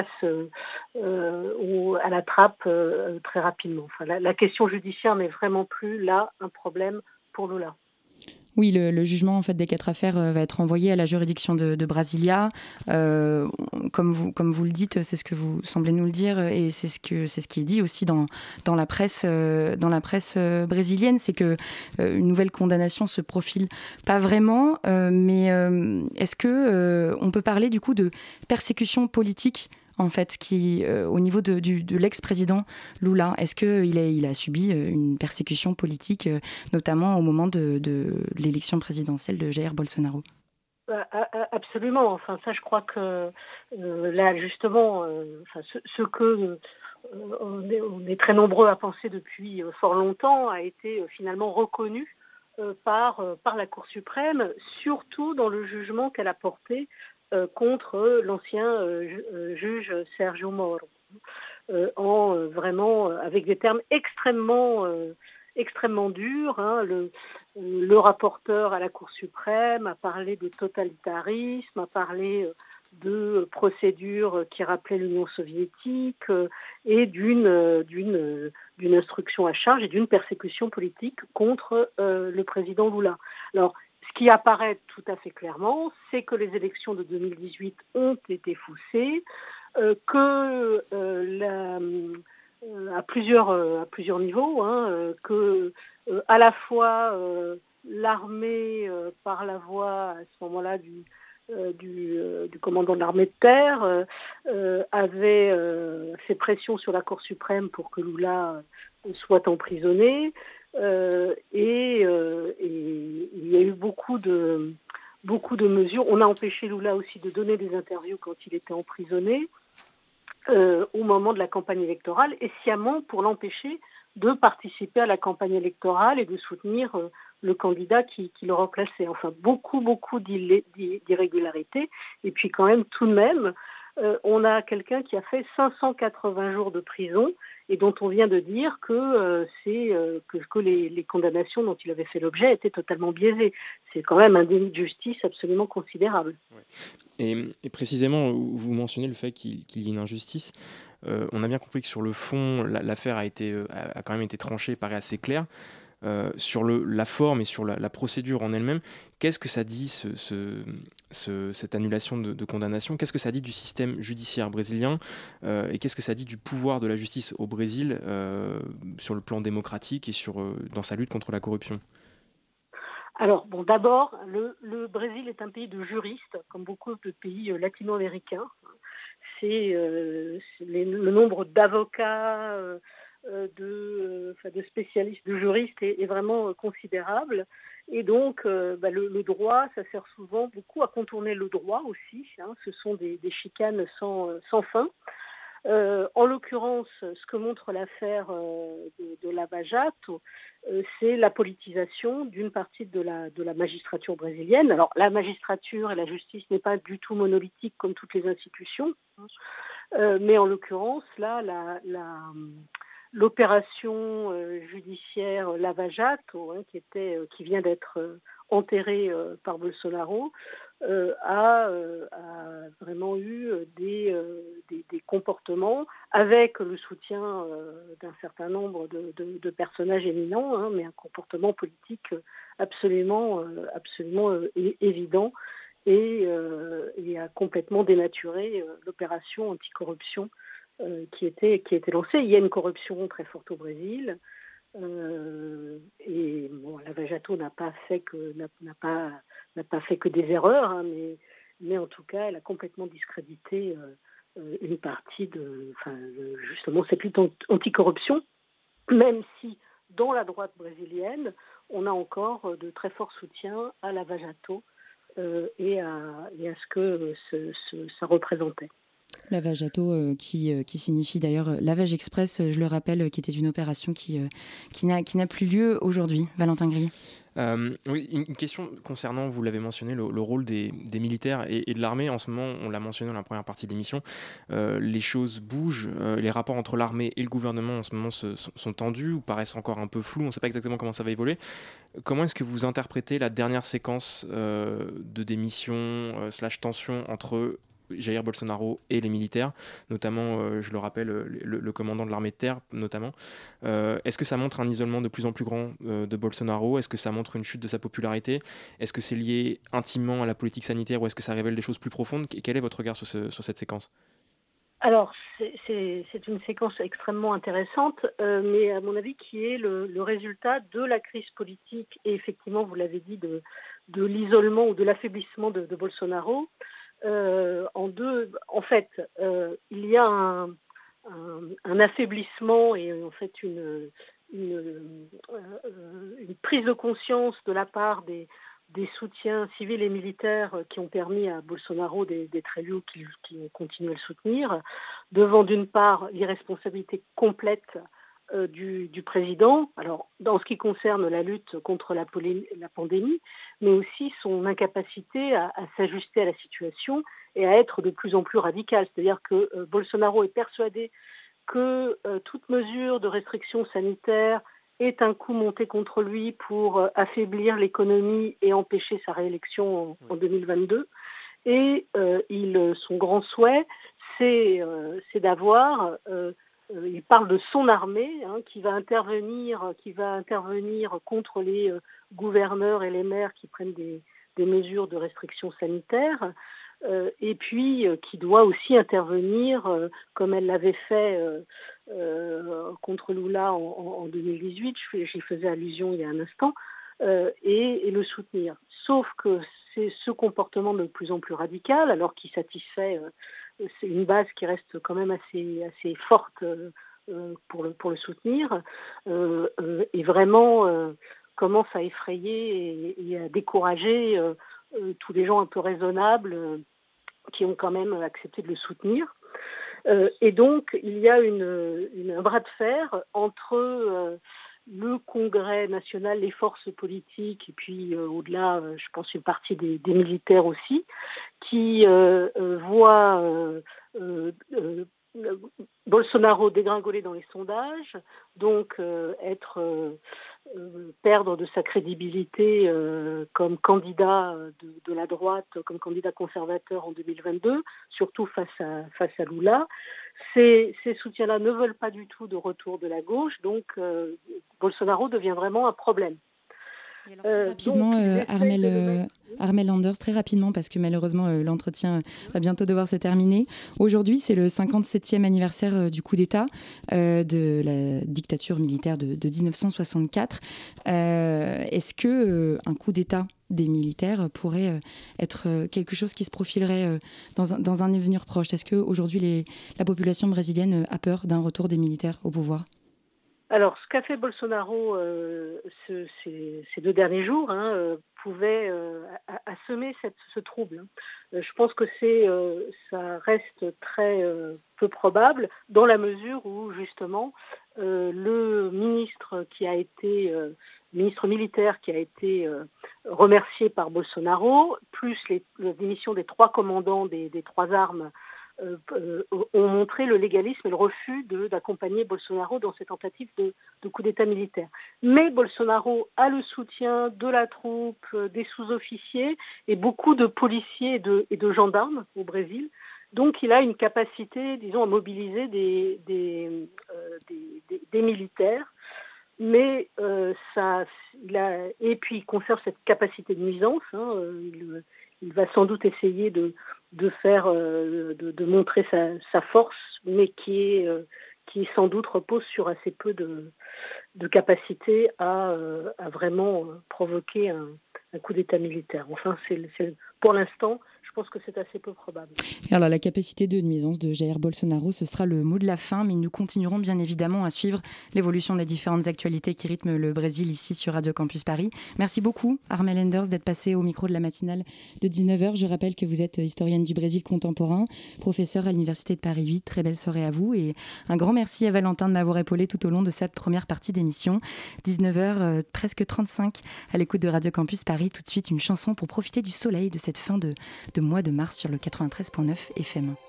euh, au, à la trappe euh, très rapidement. Enfin, la, la question judiciaire n'est vraiment plus là un problème pour Lula. Oui, le, le jugement en fait, des quatre affaires euh, va être envoyé à la juridiction de, de Brasilia. Euh, comme, vous, comme vous le dites, c'est ce que vous semblez nous le dire, et c'est ce, que, c'est ce qui est dit aussi dans, dans la presse, euh, dans la presse euh, brésilienne, c'est qu'une euh, nouvelle condamnation se profile pas vraiment, euh, mais euh, est-ce qu'on euh, peut parler du coup de persécution politique en fait, qui, euh, au niveau de, du, de l'ex-président Lula, est-ce qu'il a, il a subi une persécution politique, euh, notamment au moment de, de l'élection présidentielle de Jair Bolsonaro? Absolument. Enfin, ça, je crois que euh, là, justement, euh, enfin, ce, ce que euh, on, est, on est très nombreux à penser depuis euh, fort longtemps a été euh, finalement reconnu euh, par, euh, par la Cour suprême, surtout dans le jugement qu'elle a porté Euh, contre l'ancien euh, juge Sergio Moro, euh, en euh, vraiment euh, avec des termes extrêmement euh, extrêmement durs. Hein. Le, le rapporteur à la Cour suprême a parlé de totalitarisme, a parlé de procédures qui rappelaient l'Union soviétique euh, et d'une, euh, d'une, euh, d'une instruction à charge et d'une persécution politique contre euh, le président Lula. Alors, ce qui apparaît tout à fait clairement, c'est que les élections de deux mille dix-huit ont été faussées, euh, que euh, la, euh, à, plusieurs, euh, à plusieurs niveaux, hein, euh, que euh, à la fois euh, l'armée, euh, par la voie à ce moment-là du, euh, du, euh, du commandant de l'armée de terre, euh, euh, avait euh, fait pression sur la Cour suprême pour que Lula soit emprisonné, Euh, et, euh, et il y a eu beaucoup de, beaucoup de mesures. On a empêché Lula aussi de donner des interviews quand il était emprisonné euh, au moment de la campagne électorale, et sciemment pour l'empêcher de participer à la campagne électorale et de soutenir euh, le candidat qui, qui le remplaçait. Enfin, beaucoup, beaucoup d'irrégularités. Et puis quand même, tout de même, euh, on a quelqu'un qui a fait cinq cent quatre-vingts jours de prison et dont on vient de dire que, euh, c'est, euh, que, que les, les condamnations dont il avait fait l'objet étaient totalement biaisées. C'est quand même un déni de justice absolument considérable. Ouais. Et, et précisément, vous mentionnez le fait qu'il, qu'il y ait une injustice. Euh, on a bien compris que sur le fond, la, l'affaire a, été, a, a quand même été tranchée, paraît assez claire. Euh, sur le, la forme et sur la, la procédure en elle-même, qu'est-ce que ça dit, ce, ce, ce, cette annulation de, de condamnation? Qu'est-ce que ça dit du système judiciaire brésilien euh, et qu'est-ce que ça dit du pouvoir de la justice au Brésil euh, sur le plan démocratique et sur, euh, dans sa lutte contre la corruption? Alors, bon, d'abord, le, le Brésil est un pays de juristes, comme beaucoup de pays euh, latino-américains. C'est, euh, c'est les, le nombre d'avocats, euh, de, euh, de spécialistes, de juristes est, est vraiment euh, considérable. Et donc, euh, bah, le, le droit, ça sert souvent beaucoup à contourner le droit aussi. Hein. Ce sont des, des chicanes sans, sans fin. Euh, en l'occurrence, ce que montre l'affaire euh, de, de Lava Jato, euh, c'est la politisation d'une partie de la, de la magistrature brésilienne. Alors, la magistrature et la justice n'est pas du tout monolithique comme toutes les institutions, hein. euh, mais en l'occurrence, là, la, la, l'opération euh, judiciaire Lava Jato, hein, qui, était, euh, qui vient d'être euh, enterrée euh, par Bolsonaro, Euh, a, euh, a vraiment eu des, euh, des, des comportements avec le soutien euh, d'un certain nombre de, de, de personnages éminents, hein, mais un comportement politique absolument, euh, absolument euh, évident et, euh, et a complètement dénaturé euh, l'opération anticorruption euh, qui, était, qui était lancée. Il y a une corruption très forte au Brésil. Euh, et bon, Lava Jato n'a pas fait que n'a, n'a pas n'a pas fait que des erreurs, hein, mais mais en tout cas, elle a complètement discrédité euh, une partie de, enfin, justement cette lutte anticorruption, même si dans la droite brésilienne, on a encore de très forts soutiens à Lava Jato euh, et, à, et à ce que ce, ce, ça représentait. Lava Jato, euh, qui, euh, qui signifie d'ailleurs euh, lavage express, euh, je le rappelle, euh, qui était une opération qui, euh, qui, n'a, qui n'a plus lieu aujourd'hui. Valentin Gris. Euh, oui, une question concernant, vous l'avez mentionné, le, le rôle des, des militaires et, et de l'armée. En ce moment, on l'a mentionné dans la première partie de l'émission, euh, les choses bougent, euh, les rapports entre l'armée et le gouvernement en ce moment se, sont, sont tendus ou paraissent encore un peu flous, on ne sait pas exactement comment ça va évoluer. Comment est-ce que vous interprétez la dernière séquence euh, de démission euh, slash tension entre Jair Bolsonaro et les militaires, notamment, euh, je le rappelle, le, le commandant de l'armée de terre, notamment. Euh, est-ce que ça montre un isolement de plus en plus grand euh, de Bolsonaro? Est-ce que ça montre une chute de sa popularité? Est-ce que c'est lié intimement à la politique sanitaire ou est-ce que ça révèle des choses plus profondes? Quel est votre regard sur, ce, sur cette séquence? Alors, c'est, c'est, c'est une séquence extrêmement intéressante, euh, mais à mon avis qui est le, le résultat de la crise politique et effectivement, vous l'avez dit, de, de l'isolement ou de l'affaiblissement de, de Bolsonaro. Euh, en deux, en fait, euh, il y a un, un, un affaiblissement et en fait une, une, une prise de conscience de la part des, des soutiens civils et militaires qui ont permis à Bolsonaro d'être élu, qui, qui ont continué à le soutenir, devant d'une part l'irresponsabilité complète euh, du, du président, alors dans ce qui concerne la lutte contre la, la pandémie, mais aussi son incapacité à, à s'ajuster à la situation et à être de plus en plus radical. C'est-à-dire que euh, Bolsonaro est persuadé que euh, toute mesure de restriction sanitaire est un coup monté contre lui pour euh, affaiblir l'économie et empêcher sa réélection en, en deux mille vingt-deux. Et euh, il, son grand souhait, c'est, euh, c'est d'avoir... Euh, euh, il parle de son armée hein, qui va intervenir, qui va intervenir contre les euh, gouverneurs et les maires qui prennent des, des mesures de restriction sanitaire. Euh, et puis euh, qui doit aussi intervenir, euh, comme elle l'avait fait euh, euh, contre Lula en, en, en deux mille dix-huit, j'y faisais allusion il y a un instant, euh, et, et le soutenir. Sauf que c'est ce comportement de plus en plus radical, alors qu'il satisfait, euh, c'est une base qui reste quand même assez, assez forte euh, euh, pour, le, pour le soutenir, euh, euh, et vraiment euh, commence à effrayer et, et à décourager euh, euh, tous les gens un peu raisonnables euh, qui ont quand même accepté de le soutenir. Euh, et donc, il y a une, une, un bras de fer entre euh, le Congrès national, les forces politiques, et puis euh, au-delà, euh, je pense une partie des, des militaires aussi, qui euh, euh, voient euh, euh, euh, Bolsonaro dégringoler dans les sondages, donc euh, être euh, euh, perdre de sa crédibilité euh, comme candidat de, de la droite, comme candidat conservateur en deux mille vingt-deux, surtout face à, face à Lula. Ces, ces soutiens-là ne veulent pas du tout de retour de la gauche, donc euh, Bolsonaro devient vraiment un problème. Alors, très euh, rapidement, donc, euh, Armelle, euh, Armelle Enders, très rapidement, parce que malheureusement, euh, l'entretien va bientôt devoir se terminer. Aujourd'hui, c'est le cinquante-septième anniversaire euh, du coup d'État euh, de la dictature militaire de, de dix-neuf cent soixante-quatre. Euh, est-ce que euh, un coup d'État des militaires pourrait euh, être euh, quelque chose qui se profilerait euh, dans, un, dans un avenir proche? Est-ce qu'aujourd'hui, les, la population brésilienne a peur d'un retour des militaires au pouvoir? Alors, ce qu'a fait Bolsonaro euh, ce, ces, ces deux derniers jours hein, euh, pouvait euh, assemer cette, ce trouble. Euh, je pense que c'est, euh, ça reste très euh, peu probable dans la mesure où, justement, euh, le ministre qui a été, euh, ministre militaire qui a été euh, remercié par Bolsonaro, plus les, les démissions des trois commandants des, des trois armes Euh, euh, ont montré le légalisme et le refus de, d'accompagner Bolsonaro dans ses tentatives de, de coup d'État militaire. Mais Bolsonaro a le soutien de la troupe, euh, des sous-officiers et beaucoup de policiers et de, et de gendarmes au Brésil. Donc il a une capacité, disons, à mobiliser des, des, euh, des, des, des militaires. Mais euh, ça, il a, et puis il conserve cette capacité de nuisance. Hein, il, il va sans doute essayer de, de faire, euh, de, de montrer sa, sa force, mais qui est, euh, qui sans doute repose sur assez peu de, de capacité à, euh, à vraiment provoquer un, un coup d'État militaire. Enfin, c'est, c'est, pour l'instant, je pense que c'est assez peu probable. Alors, la capacité de nuisance de Jair Bolsonaro, ce sera le mot de la fin, mais nous continuerons bien évidemment à suivre l'évolution des différentes actualités qui rythment le Brésil ici sur Radio Campus Paris. Merci beaucoup, Armelle Enders, d'être passée au micro de la matinale de dix-neuf heures. Je rappelle que vous êtes historienne du Brésil contemporain, professeure à l'Université de Paris huit. Très belle soirée à vous et un grand merci à Valentin de m'avoir épaulé tout au long de cette première partie d'émission. dix-neuf heures, euh, presque trente-cinq à l'écoute de Radio Campus Paris. Tout de suite, une chanson pour profiter du soleil de cette fin de, de mois de mars sur le quatre-vingt-treize virgule neuf F M.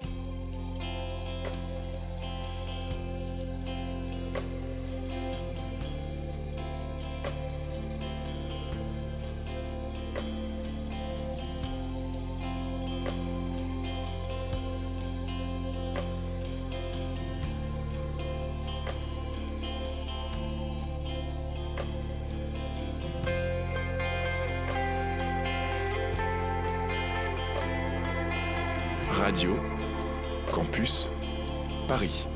Radio Campus Paris.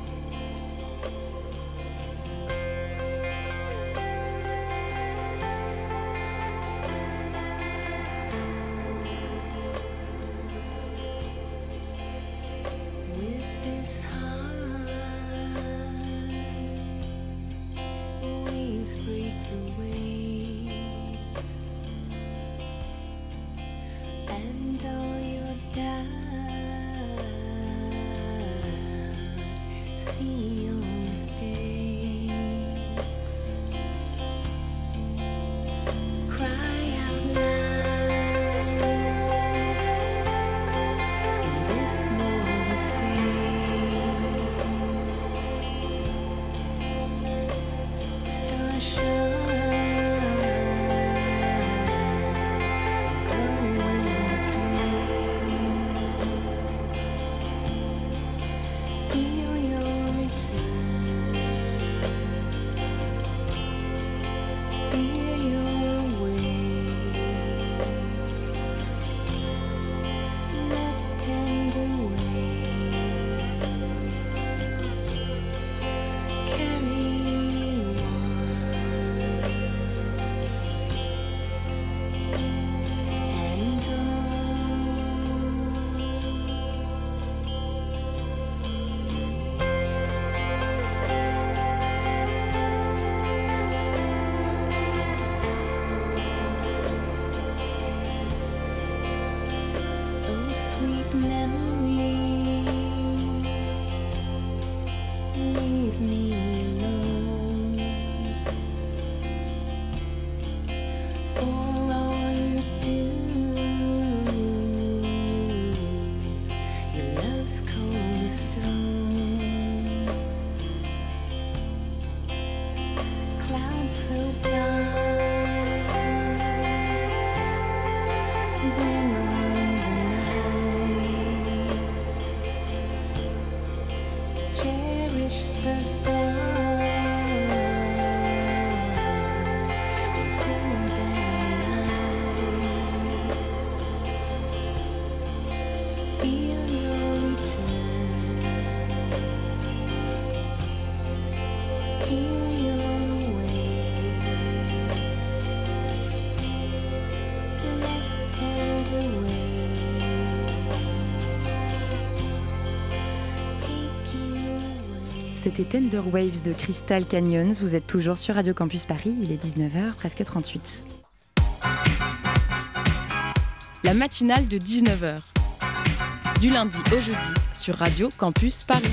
C'était Tender Waves de Crystal Canyons. Vous êtes toujours sur Radio Campus Paris, il est dix-neuf heures, presque trente-huit. La matinale de dix-neuf heures. Du lundi au jeudi sur Radio Campus Paris.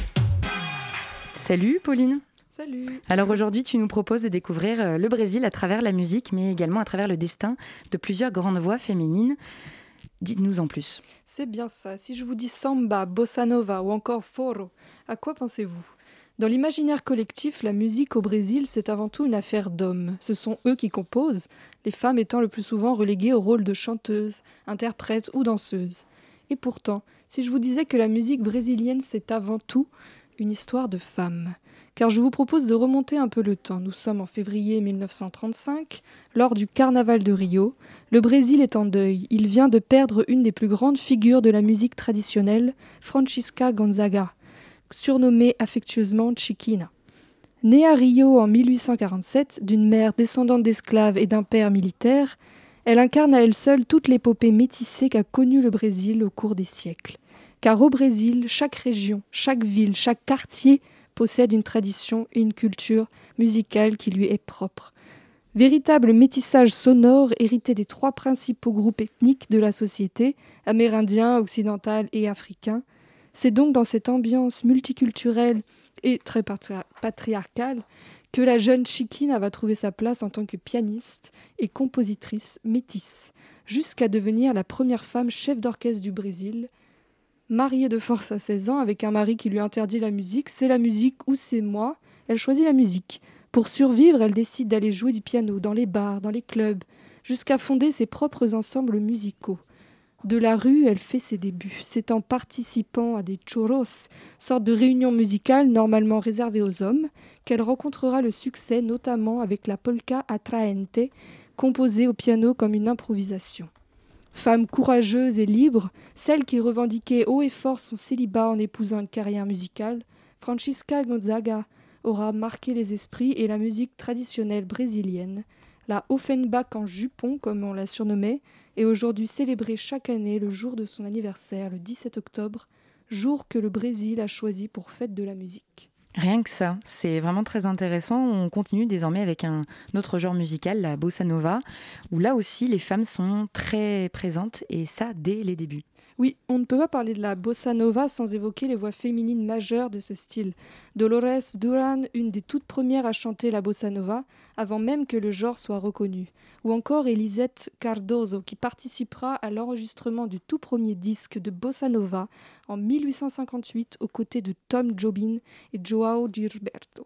Salut Pauline. Salut. Alors aujourd'hui, tu nous proposes de découvrir le Brésil à travers la musique, mais également à travers le destin de plusieurs grandes voix féminines. Dites-nous en plus. C'est bien ça. Si je vous dis samba, bossa nova ou encore forró, à quoi pensez-vous ? Dans l'imaginaire collectif, la musique au Brésil, c'est avant tout une affaire d'hommes. Ce sont eux qui composent, les femmes étant le plus souvent reléguées au rôle de chanteuses, interprètes ou danseuses. Et pourtant, si je vous disais que la musique brésilienne, c'est avant tout une histoire de femmes. Car je vous propose de remonter un peu le temps. Nous sommes en février mille neuf cent trente-cinq, lors du Carnaval de Rio. Le Brésil est en deuil. Il vient de perdre une des plus grandes figures de la musique traditionnelle, Francisca Gonzaga, surnommée affectueusement Chiquinha. Née à Rio en mille huit cent quarante-sept, d'une mère descendante d'esclaves et d'un père militaire, elle incarne à elle seule toute l'épopée métissée qu'a connue le Brésil au cours des siècles. Car au Brésil, chaque région, chaque ville, chaque quartier possède une tradition et une culture musicale qui lui est propre. Véritable métissage sonore hérité des trois principaux groupes ethniques de la société, amérindien, occidental et africain. C'est donc dans cette ambiance multiculturelle et très patri- patriarcale que la jeune Chiquinha va trouver sa place en tant que pianiste et compositrice métisse, jusqu'à devenir la première femme chef d'orchestre du Brésil. Mariée de force à seize ans avec un mari qui lui interdit la musique, c'est la musique ou c'est moi, elle choisit la musique. Pour survivre, elle décide d'aller jouer du piano dans les bars, dans les clubs, jusqu'à fonder ses propres ensembles musicaux. De la rue, elle fait ses débuts. C'est en participant à des choros, sorte de réunions musicales normalement réservées aux hommes, qu'elle rencontrera le succès, notamment avec la polka Atraente, composée au piano comme une improvisation. Femme courageuse et libre, celle qui revendiquait haut et fort son célibat en épousant une carrière musicale, Francisca Gonzaga aura marqué les esprits et la musique traditionnelle brésilienne. La Offenbach en jupon, comme on la surnommait, est aujourd'hui célébrée chaque année le jour de son anniversaire, le dix-sept octobre, jour que le Brésil a choisi pour fête de la musique. Rien que ça, c'est vraiment très intéressant. On continue désormais avec un autre genre musical, la bossa nova, où là aussi les femmes sont très présentes, et ça dès les débuts. Oui, on ne peut pas parler de la bossa nova sans évoquer les voix féminines majeures de ce style. Dolores Duran, une des toutes premières à chanter la bossa nova, avant même que le genre soit reconnu. Ou encore Elisette Cardoso, qui participera à l'enregistrement du tout premier disque de bossa nova en mille huit cent cinquante-huit aux côtés de Tom Jobim et João Gilberto.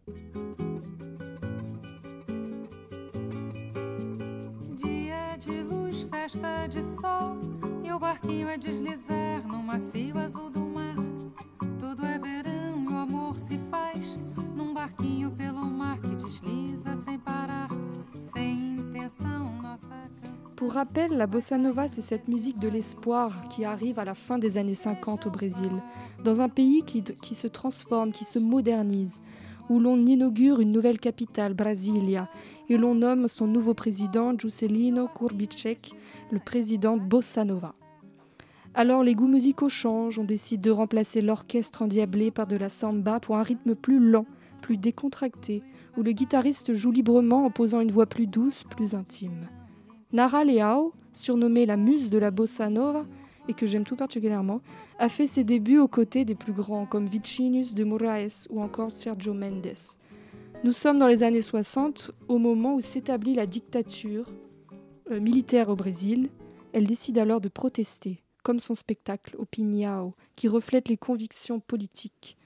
Dia de luz, festa de sol, e o barquinho a deslizar no macio azul do mar. Tudo é verão e o amor se faz num barquinho pelo mar que desliza sem parar, sem intenção nossa canção. Pour rappel, la bossa nova, c'est cette musique de l'espoir qui arrive à la fin des années cinquante au Brésil, dans un pays qui, qui se transforme, qui se modernise, où l'on inaugure une nouvelle capitale, Brasilia, et l'on nomme son nouveau président, Juscelino Kubitschek, le président bossa nova. Alors les goûts musicaux changent, on décide de remplacer l'orchestre endiablé par de la samba pour un rythme plus lent, plus décontracté, où le guitariste joue librement en posant une voix plus douce, plus intime. Nara Leão, surnommée la muse de la bossa nova, et que j'aime tout particulièrement, a fait ses débuts aux côtés des plus grands comme Vicinius de Moraes ou encore Sergio Mendes. Nous sommes dans les années soixante, au moment où s'établit la dictature euh, militaire au Brésil. Elle décide alors de protester, comme son spectacle Opinião, qui reflète les convictions politiques.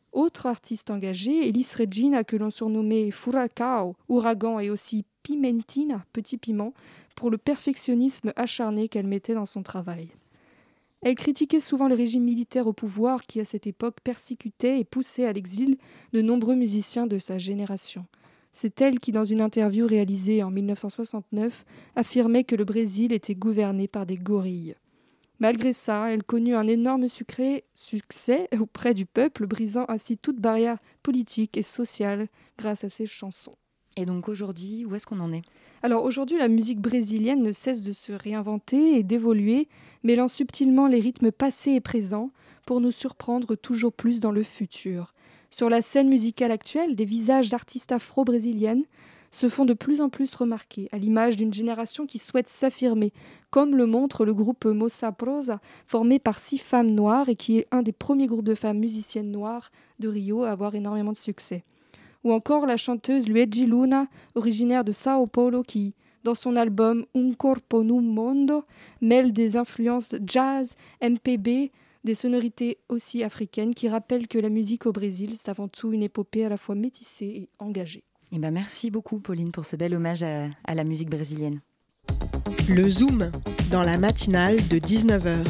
Autre artiste engagée, Elis Regina, que l'on surnommait Furacão, ouragan, et aussi Pimentina, petit piment, pour le perfectionnisme acharné qu'elle mettait dans son travail. Elle critiquait souvent le régime militaire au pouvoir qui, à cette époque, persécutait et poussait à l'exil de nombreux musiciens de sa génération. C'est elle qui, dans une interview réalisée en mille neuf cent soixante-neuf, affirmait que le Brésil était gouverné par des gorilles. Malgré ça, elle connut un énorme succès, succès auprès du peuple, brisant ainsi toute barrière politique et sociale grâce à ses chansons. Et donc aujourd'hui, où est-ce qu'on en est ? Alors aujourd'hui, la musique brésilienne ne cesse de se réinventer et d'évoluer, mêlant subtilement les rythmes passés et présents pour nous surprendre toujours plus dans le futur. Sur la scène musicale actuelle, des visages d'artistes afro-brésiliennes se font de plus en plus remarquer, à l'image d'une génération qui souhaite s'affirmer, comme le montre le groupe Moça Prosa, formé par six femmes noires et qui est un des premiers groupes de femmes musiciennes noires de Rio à avoir énormément de succès. Ou encore la chanteuse Luigi Luna, originaire de Sao Paulo, qui, dans son album Un Corpo no Mundo, mêle des influences jazz, M P B, des sonorités aussi africaines qui rappellent que la musique au Brésil, c'est avant tout une épopée à la fois métissée et engagée. Eh ben merci beaucoup, Pauline, pour ce bel hommage à, à la musique brésilienne. Le Zoom, dans la matinale de dix-neuf heures.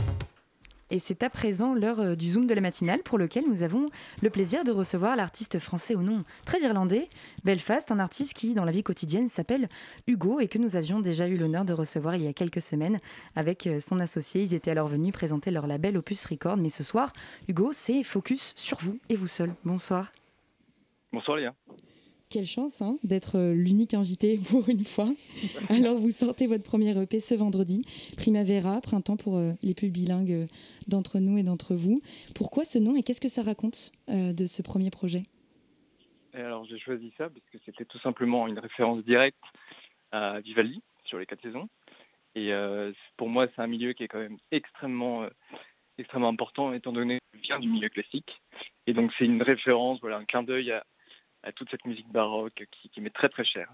Et c'est à présent l'heure du Zoom de la matinale pour lequel nous avons le plaisir de recevoir l'artiste français au nom très irlandais, Belfast, un artiste qui, dans la vie quotidienne, s'appelle Hugo et que nous avions déjà eu l'honneur de recevoir il y a quelques semaines avec son associé. Ils étaient alors venus présenter leur label Opus Record. Mais ce soir, Hugo, c'est focus sur vous et vous seul. Bonsoir. Bonsoir Léa. Quelle chance hein, d'être l'unique invité pour une fois. Alors vous sortez votre premier E P ce vendredi, Primavera, printemps pour euh, les plus bilingues d'entre nous et d'entre vous. Pourquoi ce nom et qu'est-ce que ça raconte euh, de ce premier projet ? Et alors j'ai choisi ça parce que c'était tout simplement une référence directe à Vivaldi sur les quatre saisons. Et euh, pour moi c'est un milieu qui est quand même extrêmement, euh, extrêmement important étant donné que je viens du milieu classique. Et donc c'est une référence, voilà, un clin d'œil à à toute cette musique baroque qui, qui m'est très très chère.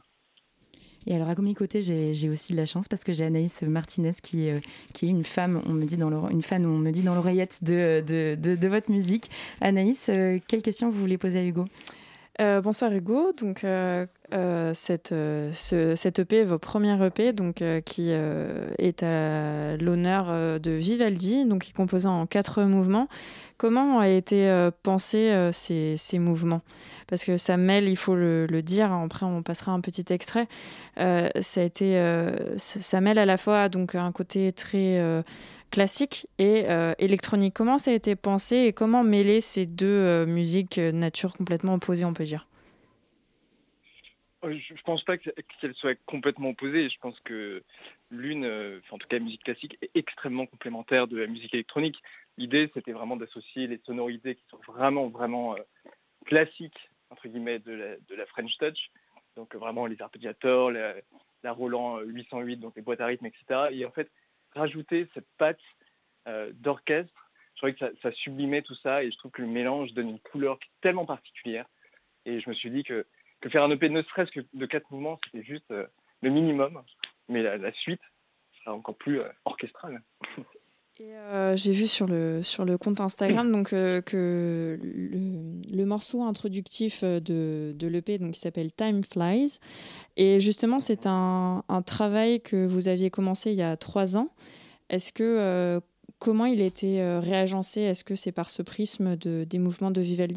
Et alors à mes côtés, j'ai, j'ai aussi de la chance parce que j'ai Anaïs Martinez qui, euh, qui est une femme, on me dit dans une fan, on me dit dans l'oreillette de, de, de, de votre musique. Anaïs, euh, quelle question vous voulez poser à Hugo ? Euh, bonsoir Hugo, donc euh, euh, cette, euh, ce, cet E P, vos premiers E P, donc euh, qui euh, est à l'honneur euh, de Vivaldi, donc qui est composé en quatre mouvements. Comment a été euh, pensé euh, ces, ces mouvements ? Parce que ça mêle, il faut le, le dire. Après, on passera un petit extrait. Euh, ça a été, euh, ça, ça mêle à la fois donc un côté très euh, classique et euh, électronique. Comment ça a été pensé et comment mêler ces deux euh, musiques euh, nature complètement opposées, on peut dire ? Je ne pense pas que, qu'elles soient complètement opposées. Je pense que l'une, euh, en tout cas la musique classique, est extrêmement complémentaire de la musique électronique. L'idée, c'était vraiment d'associer les sonorités qui sont vraiment, vraiment euh, classiques, entre guillemets, de la, de la French Touch. Donc euh, vraiment les arpeggiators, la, la Roland huit cent huit, donc les boîtes à rythme, et cetera. Et en fait, rajouter cette patte euh, d'orchestre, je trouvais que ça, ça sublimait tout ça et je trouve que le mélange donne une couleur tellement particulière. Et je me suis dit que, que faire un E P ne serait-ce que de quatre mouvements, c'était juste euh, le minimum. Mais la, la suite sera encore plus euh, orchestrale. Et euh, j'ai vu sur le, sur le compte Instagram donc, euh, que le, le morceau introductif de, de l'E P donc, qui s'appelle Time Flies. Et justement, c'est un, un travail que vous aviez commencé il y a trois ans. Est-ce que, euh, comment il a été euh, réagencé ? Est-ce que c'est par ce prisme de, des mouvements de Vivaldi ?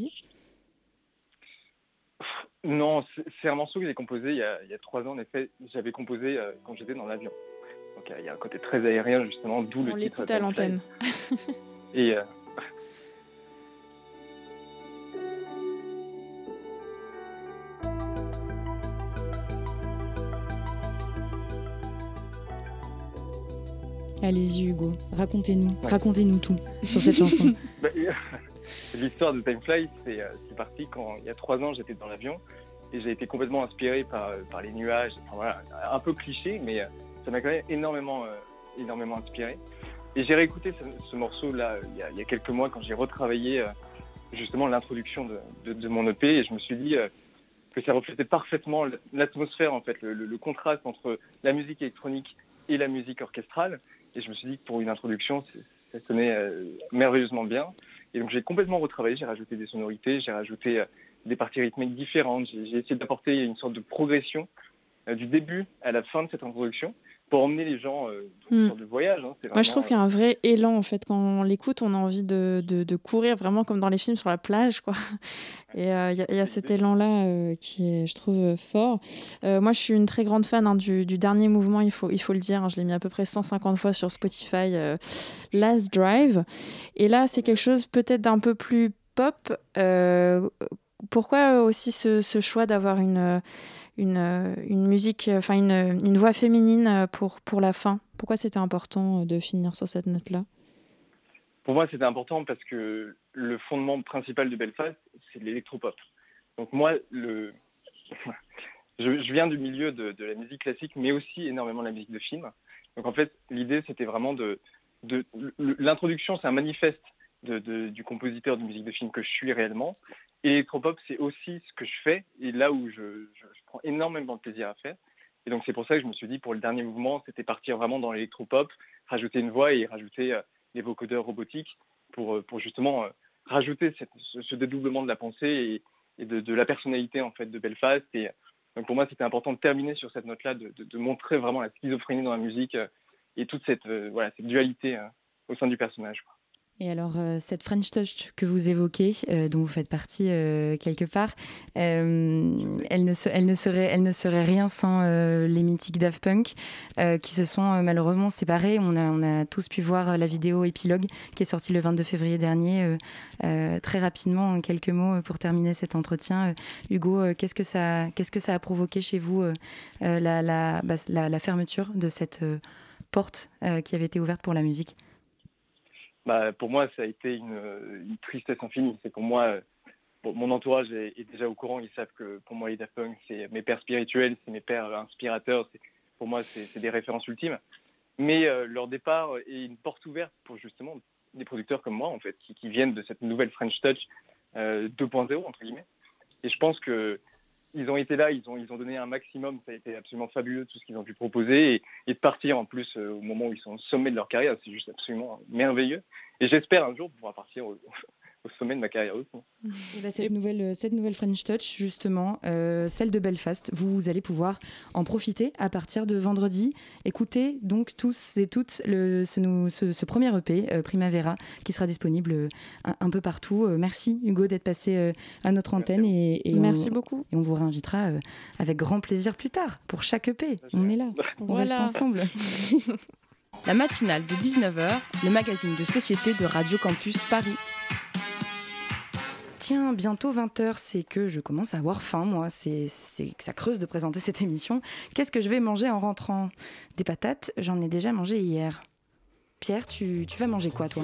Non, c'est, c'est un morceau que j'ai composé il y a, il y a trois ans. En effet, j'avais composé euh, quand j'étais dans l'avion. Donc il y a un côté très aérien justement, d'où le On titre. On l'écoute à l'antenne. Et euh... Allez-y Hugo, racontez-nous, ouais. racontez-nous tout sur cette chanson. bah, l'histoire de Time Flies, c'est, euh, c'est parti quand il y a trois ans j'étais dans l'avion et j'ai été complètement inspiré par, par les nuages. Enfin, voilà, un peu cliché, mais euh, ça m'a quand même énormément, euh, énormément inspiré. Et j'ai réécouté ce, ce morceau-là il y, a, il y a quelques mois quand j'ai retravaillé euh, justement l'introduction de, de, de mon E P et je me suis dit euh, que ça reflétait parfaitement l'atmosphère, en fait, le, le, le contraste entre la musique électronique et la musique orchestrale. Et je me suis dit que pour une introduction, ça sonnait euh, merveilleusement bien. Et donc j'ai complètement retravaillé, j'ai rajouté des sonorités, j'ai rajouté euh, des parties rythmiques différentes, j'ai, j'ai essayé d'apporter une sorte de progression euh, du début à la fin de cette introduction pour emmener les gens euh, dans une Mm. sorte de voyage. Hein. C'est Moi, je trouve vraiment, qu'il y a un vrai élan, en fait. Quand on l'écoute, on a envie de, de, de courir, vraiment comme dans les films sur la plage, quoi. Et il euh, y, y a cet élan-là euh, qui est, je trouve, euh, fort. Euh, moi, je suis une très grande fan hein, du, du dernier mouvement, il faut, il faut le dire. Hein, je l'ai mis à peu près cent cinquante fois sur Spotify, euh, Last Drive. Et là, c'est quelque chose peut-être d'un peu plus pop. Euh, pourquoi aussi ce, ce choix d'avoir une... Une, une musique, enfin une, une voix féminine pour, pour la fin. Pourquoi c'était important de finir sur cette note-là ? Pour moi, c'était important parce que le fondement principal de Belfast, c'est l'électropop. Donc moi, le... je, je viens du milieu de, de la musique classique, mais aussi énormément de la musique de film. Donc en fait, l'idée, c'était vraiment de... de l'introduction, c'est un manifeste de, de, du compositeur de musique de film que je suis réellement. Et l'électropop, c'est aussi ce que je fais, et là où je, je, je prends énormément de plaisir à faire. Et donc c'est pour ça que je me suis dit, pour le dernier mouvement, c'était partir vraiment dans l'électropop, rajouter une voix et rajouter euh, les vocodeurs robotiques pour, pour justement euh, rajouter cette, ce, ce dédoublement de la pensée et, et de, de la personnalité en fait de Belfast. Et donc pour moi, c'était important de terminer sur cette note-là, de, de, de montrer vraiment la schizophrénie dans la musique euh, et toute cette, euh, voilà, cette dualité euh, au sein du personnage, quoi. Et alors, euh, cette French Touch que vous évoquez, euh, dont vous faites partie euh, quelque part, euh, elle, ne se, elle, ne serait, elle ne serait rien sans euh, les mythiques Daft Punk, euh, qui se sont euh, malheureusement séparés. On a, on a tous pu voir la vidéo épilogue qui est sortie le vingt-deux février dernier. Euh, euh, très rapidement, en quelques mots, pour terminer cet entretien. Euh, Hugo, euh, qu'est-ce que ça, qu'est-ce que ça a provoqué chez vous, euh, la, la, bah, la, la fermeture de cette euh, porte euh, qui avait été ouverte pour la musique ? Bah, pour moi, ça a été une, une tristesse infinie. C'est pour moi, bon, mon entourage est, est déjà au courant. Ils savent que pour moi, les Daft Punk, c'est mes pères spirituels, c'est mes pères inspirateurs. C'est, pour moi, c'est, c'est des références ultimes. Mais euh, leur départ est une porte ouverte pour justement des producteurs comme moi, en fait, qui, qui viennent de cette nouvelle French Touch euh, deux point zéro, entre guillemets. Et je pense que ils ont été là, ils ont, ils ont donné un maximum. Ça a été absolument fabuleux, tout ce qu'ils ont pu proposer. Et, et de partir, en plus, euh, au moment où ils sont au sommet de leur carrière, c'est juste absolument merveilleux. Et j'espère un jour pouvoir partir au, au sommet de ma carrière aussi. Et bah, cette, nouvelle, cette nouvelle French Touch, justement, euh, celle de Belfast, vous, vous allez pouvoir en profiter à partir de vendredi. Écoutez donc tous et toutes le, ce, ce, ce premier E P, euh, Primavera, qui sera disponible euh, un, un peu partout. Euh, merci Hugo d'être passé euh, à notre antenne. Et, et merci on, beaucoup. Et on vous réinvitera euh, avec grand plaisir plus tard pour chaque E P. On est là, on voilà. reste ensemble. La matinale de dix-neuf heures, le magazine de société de Radio Campus Paris. Tiens, bientôt vingt heures, c'est que je commence à avoir faim, moi. C'est, c'est que ça creuse de présenter cette émission. Qu'est-ce que je vais manger en rentrant ? Des patates, j'en ai déjà mangé hier. Pierre, tu, tu vas manger quoi, toi ?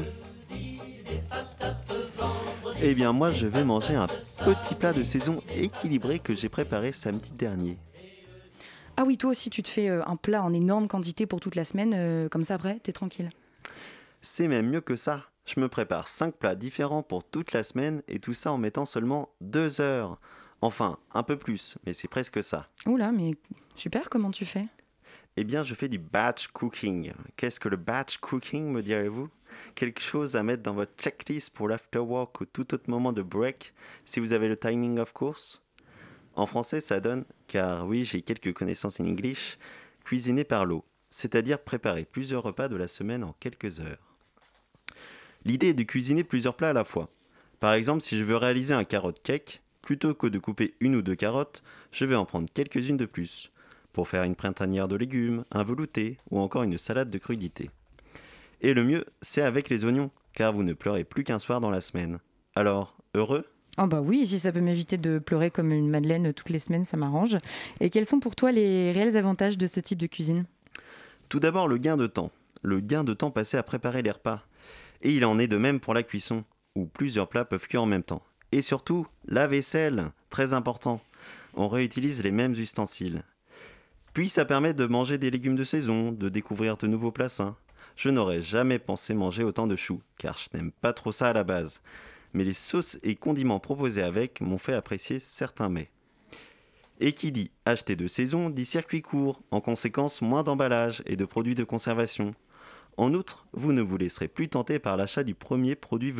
Eh bien, moi, je vais manger un petit plat de saison équilibré que j'ai préparé samedi dernier. Ah oui, toi aussi, tu te fais un plat en énorme quantité pour toute la semaine. Euh, comme ça, après, t'es tranquille. C'est même mieux que ça. Je me prépare cinq plats différents pour toute la semaine et tout ça en mettant seulement deux heures. Enfin, un peu plus, mais c'est presque ça. Oula, mais super, comment tu fais ? Eh bien, je fais du batch cooking. Qu'est-ce que le batch cooking, me direz-vous ? Quelque chose à mettre dans votre checklist pour l'afterwork ou tout autre moment de break, si vous avez le timing, of course. En français, ça donne, car oui, j'ai quelques connaissances en English, cuisiner par l'eau, c'est-à-dire préparer plusieurs repas de la semaine en quelques heures. L'idée est de cuisiner plusieurs plats à la fois. Par exemple, si je veux réaliser un carotte cake, plutôt que de couper une ou deux carottes, je vais en prendre quelques-unes de plus, pour faire une printanière de légumes, un velouté ou encore une salade de crudités. Et le mieux, c'est avec les oignons, car vous ne pleurez plus qu'un soir dans la semaine. Alors, heureux ? Oh bah oui, si ça peut m'éviter de pleurer comme une madeleine toutes les semaines, ça m'arrange. Et quels sont pour toi les réels avantages de ce type de cuisine ? Tout d'abord, le gain de temps. Le gain de temps passé à préparer les repas. Et il en est de même pour la cuisson, où plusieurs plats peuvent cuire en même temps. Et surtout, la vaisselle, très important. On réutilise les mêmes ustensiles. Puis ça permet de manger des légumes de saison, de découvrir de nouveaux plats sains. Je n'aurais jamais pensé manger autant de choux, car je n'aime pas trop ça à la base. Mais les sauces et condiments proposés avec m'ont fait apprécier certains mets. Et qui dit acheter de saison dit circuit court, en conséquence moins d'emballage et de produits de conservation. En outre, vous ne vous laisserez plus tenter par l'achat du premier produit venu,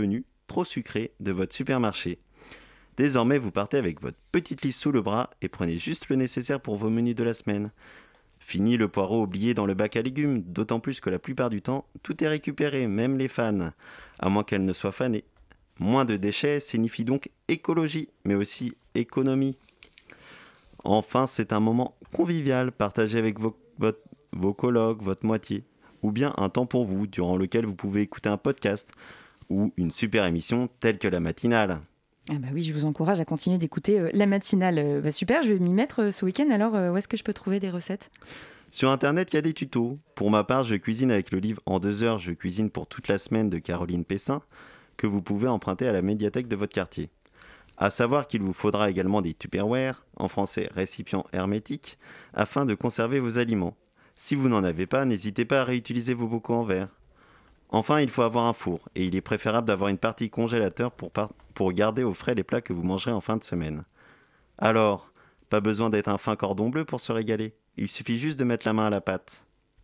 trop sucrés de votre supermarché. Désormais, vous partez avec votre petite liste sous le bras et prenez juste le nécessaire pour vos menus de la semaine. Fini le poireau oublié dans le bac à légumes, d'autant plus que la plupart du temps, tout est récupéré, même les fans, à moins qu'elles ne soient fanées. Moins de déchets signifie donc écologie, mais aussi économie. Enfin, c'est un moment convivial partagé avec vos, votre, vos colocs, votre moitié, ou bien un temps pour vous, durant lequel vous pouvez écouter un podcast ou une super émission telle que la matinale. Ah bah oui, je vous encourage à continuer d'écouter euh, la matinale. Euh, bah super, je vais m'y mettre euh, ce week-end. Alors, euh, où est-ce que je peux trouver des recettes ? Sur Internet, il y a des tutos. Pour ma part, je cuisine avec le livre « En deux heures, je cuisine pour toute la semaine » de Caroline Pessin, que vous pouvez emprunter à la médiathèque de votre quartier. À savoir qu'il vous faudra également des Tupperware, en français récipients hermétiques, afin de conserver vos aliments. Si vous n'en avez pas, n'hésitez pas à réutiliser vos bocaux en verre. Enfin, il faut avoir un four, et il est préférable d'avoir une partie congélateur pour, par- pour garder au frais les plats que vous mangerez en fin de semaine. Alors, pas besoin d'être un fin cordon bleu pour se régaler, il suffit juste de mettre la main à la pâte.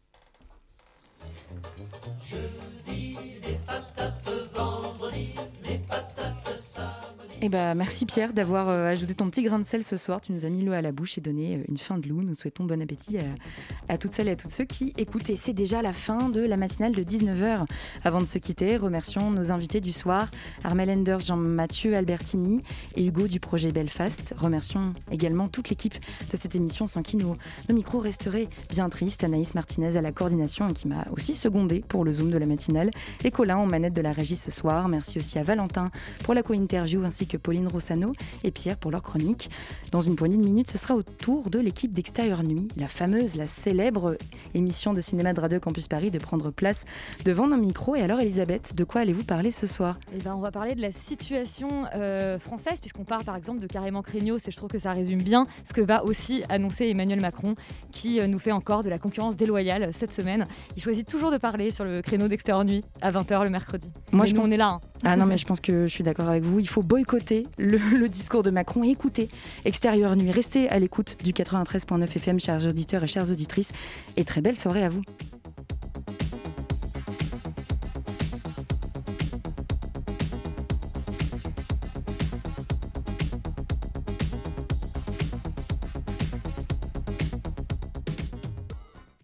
Jeudi, des patates, vendredi, des patates, samedi. Eh bah, merci Pierre d'avoir euh, ajouté ton petit grain de sel ce soir. Tu nous as mis l'eau à la bouche et donné euh, une fin de loup. Nous souhaitons bon appétit à, à toutes celles et à tous ceux qui écoutent. Et c'est déjà la fin de la matinale de dix-neuf heures. Avant de se quitter, remercions nos invités du soir, Armel Enders, Jean-Mathieu Albertini et Hugo du projet Belfast. Remercions également toute l'équipe de cette émission sans qui nos, nos micros resteraient bien tristes. Anaïs Martinez à la coordination et qui m'a aussi secondé pour le Zoom de la matinale. Et Colin en manette de la régie ce soir. Merci aussi à Valentin pour la co-interview ainsi que Pauline Rossano et Pierre pour leur chronique. Dans une poignée de minutes, ce sera au tour de l'équipe d'Extérieur Nuit, la fameuse, la célèbre émission de cinéma de Radio Campus Paris, de prendre place devant nos micros. Et alors Elisabeth, de quoi allez-vous parler ce soir ? Eh ben, on va parler de la situation euh, française, puisqu'on parle par exemple de Carrément Craignos, et je trouve que ça résume bien ce que va aussi annoncer Emmanuel Macron, qui euh, nous fait encore de la concurrence déloyale cette semaine. Il choisit toujours de parler sur le créneau d'Extérieur Nuit à vingt heures le mercredi. Moi, mais je nous, pense... on est là. Hein. Ah non, mais je pense que je suis d'accord avec vous. Il faut boycotter le, le discours de Macron et écouter Extérieur Nuit. Restez à l'écoute du quatre-vingt-treize neuf F M, chers auditeurs et chères auditrices. Et très belle soirée à vous.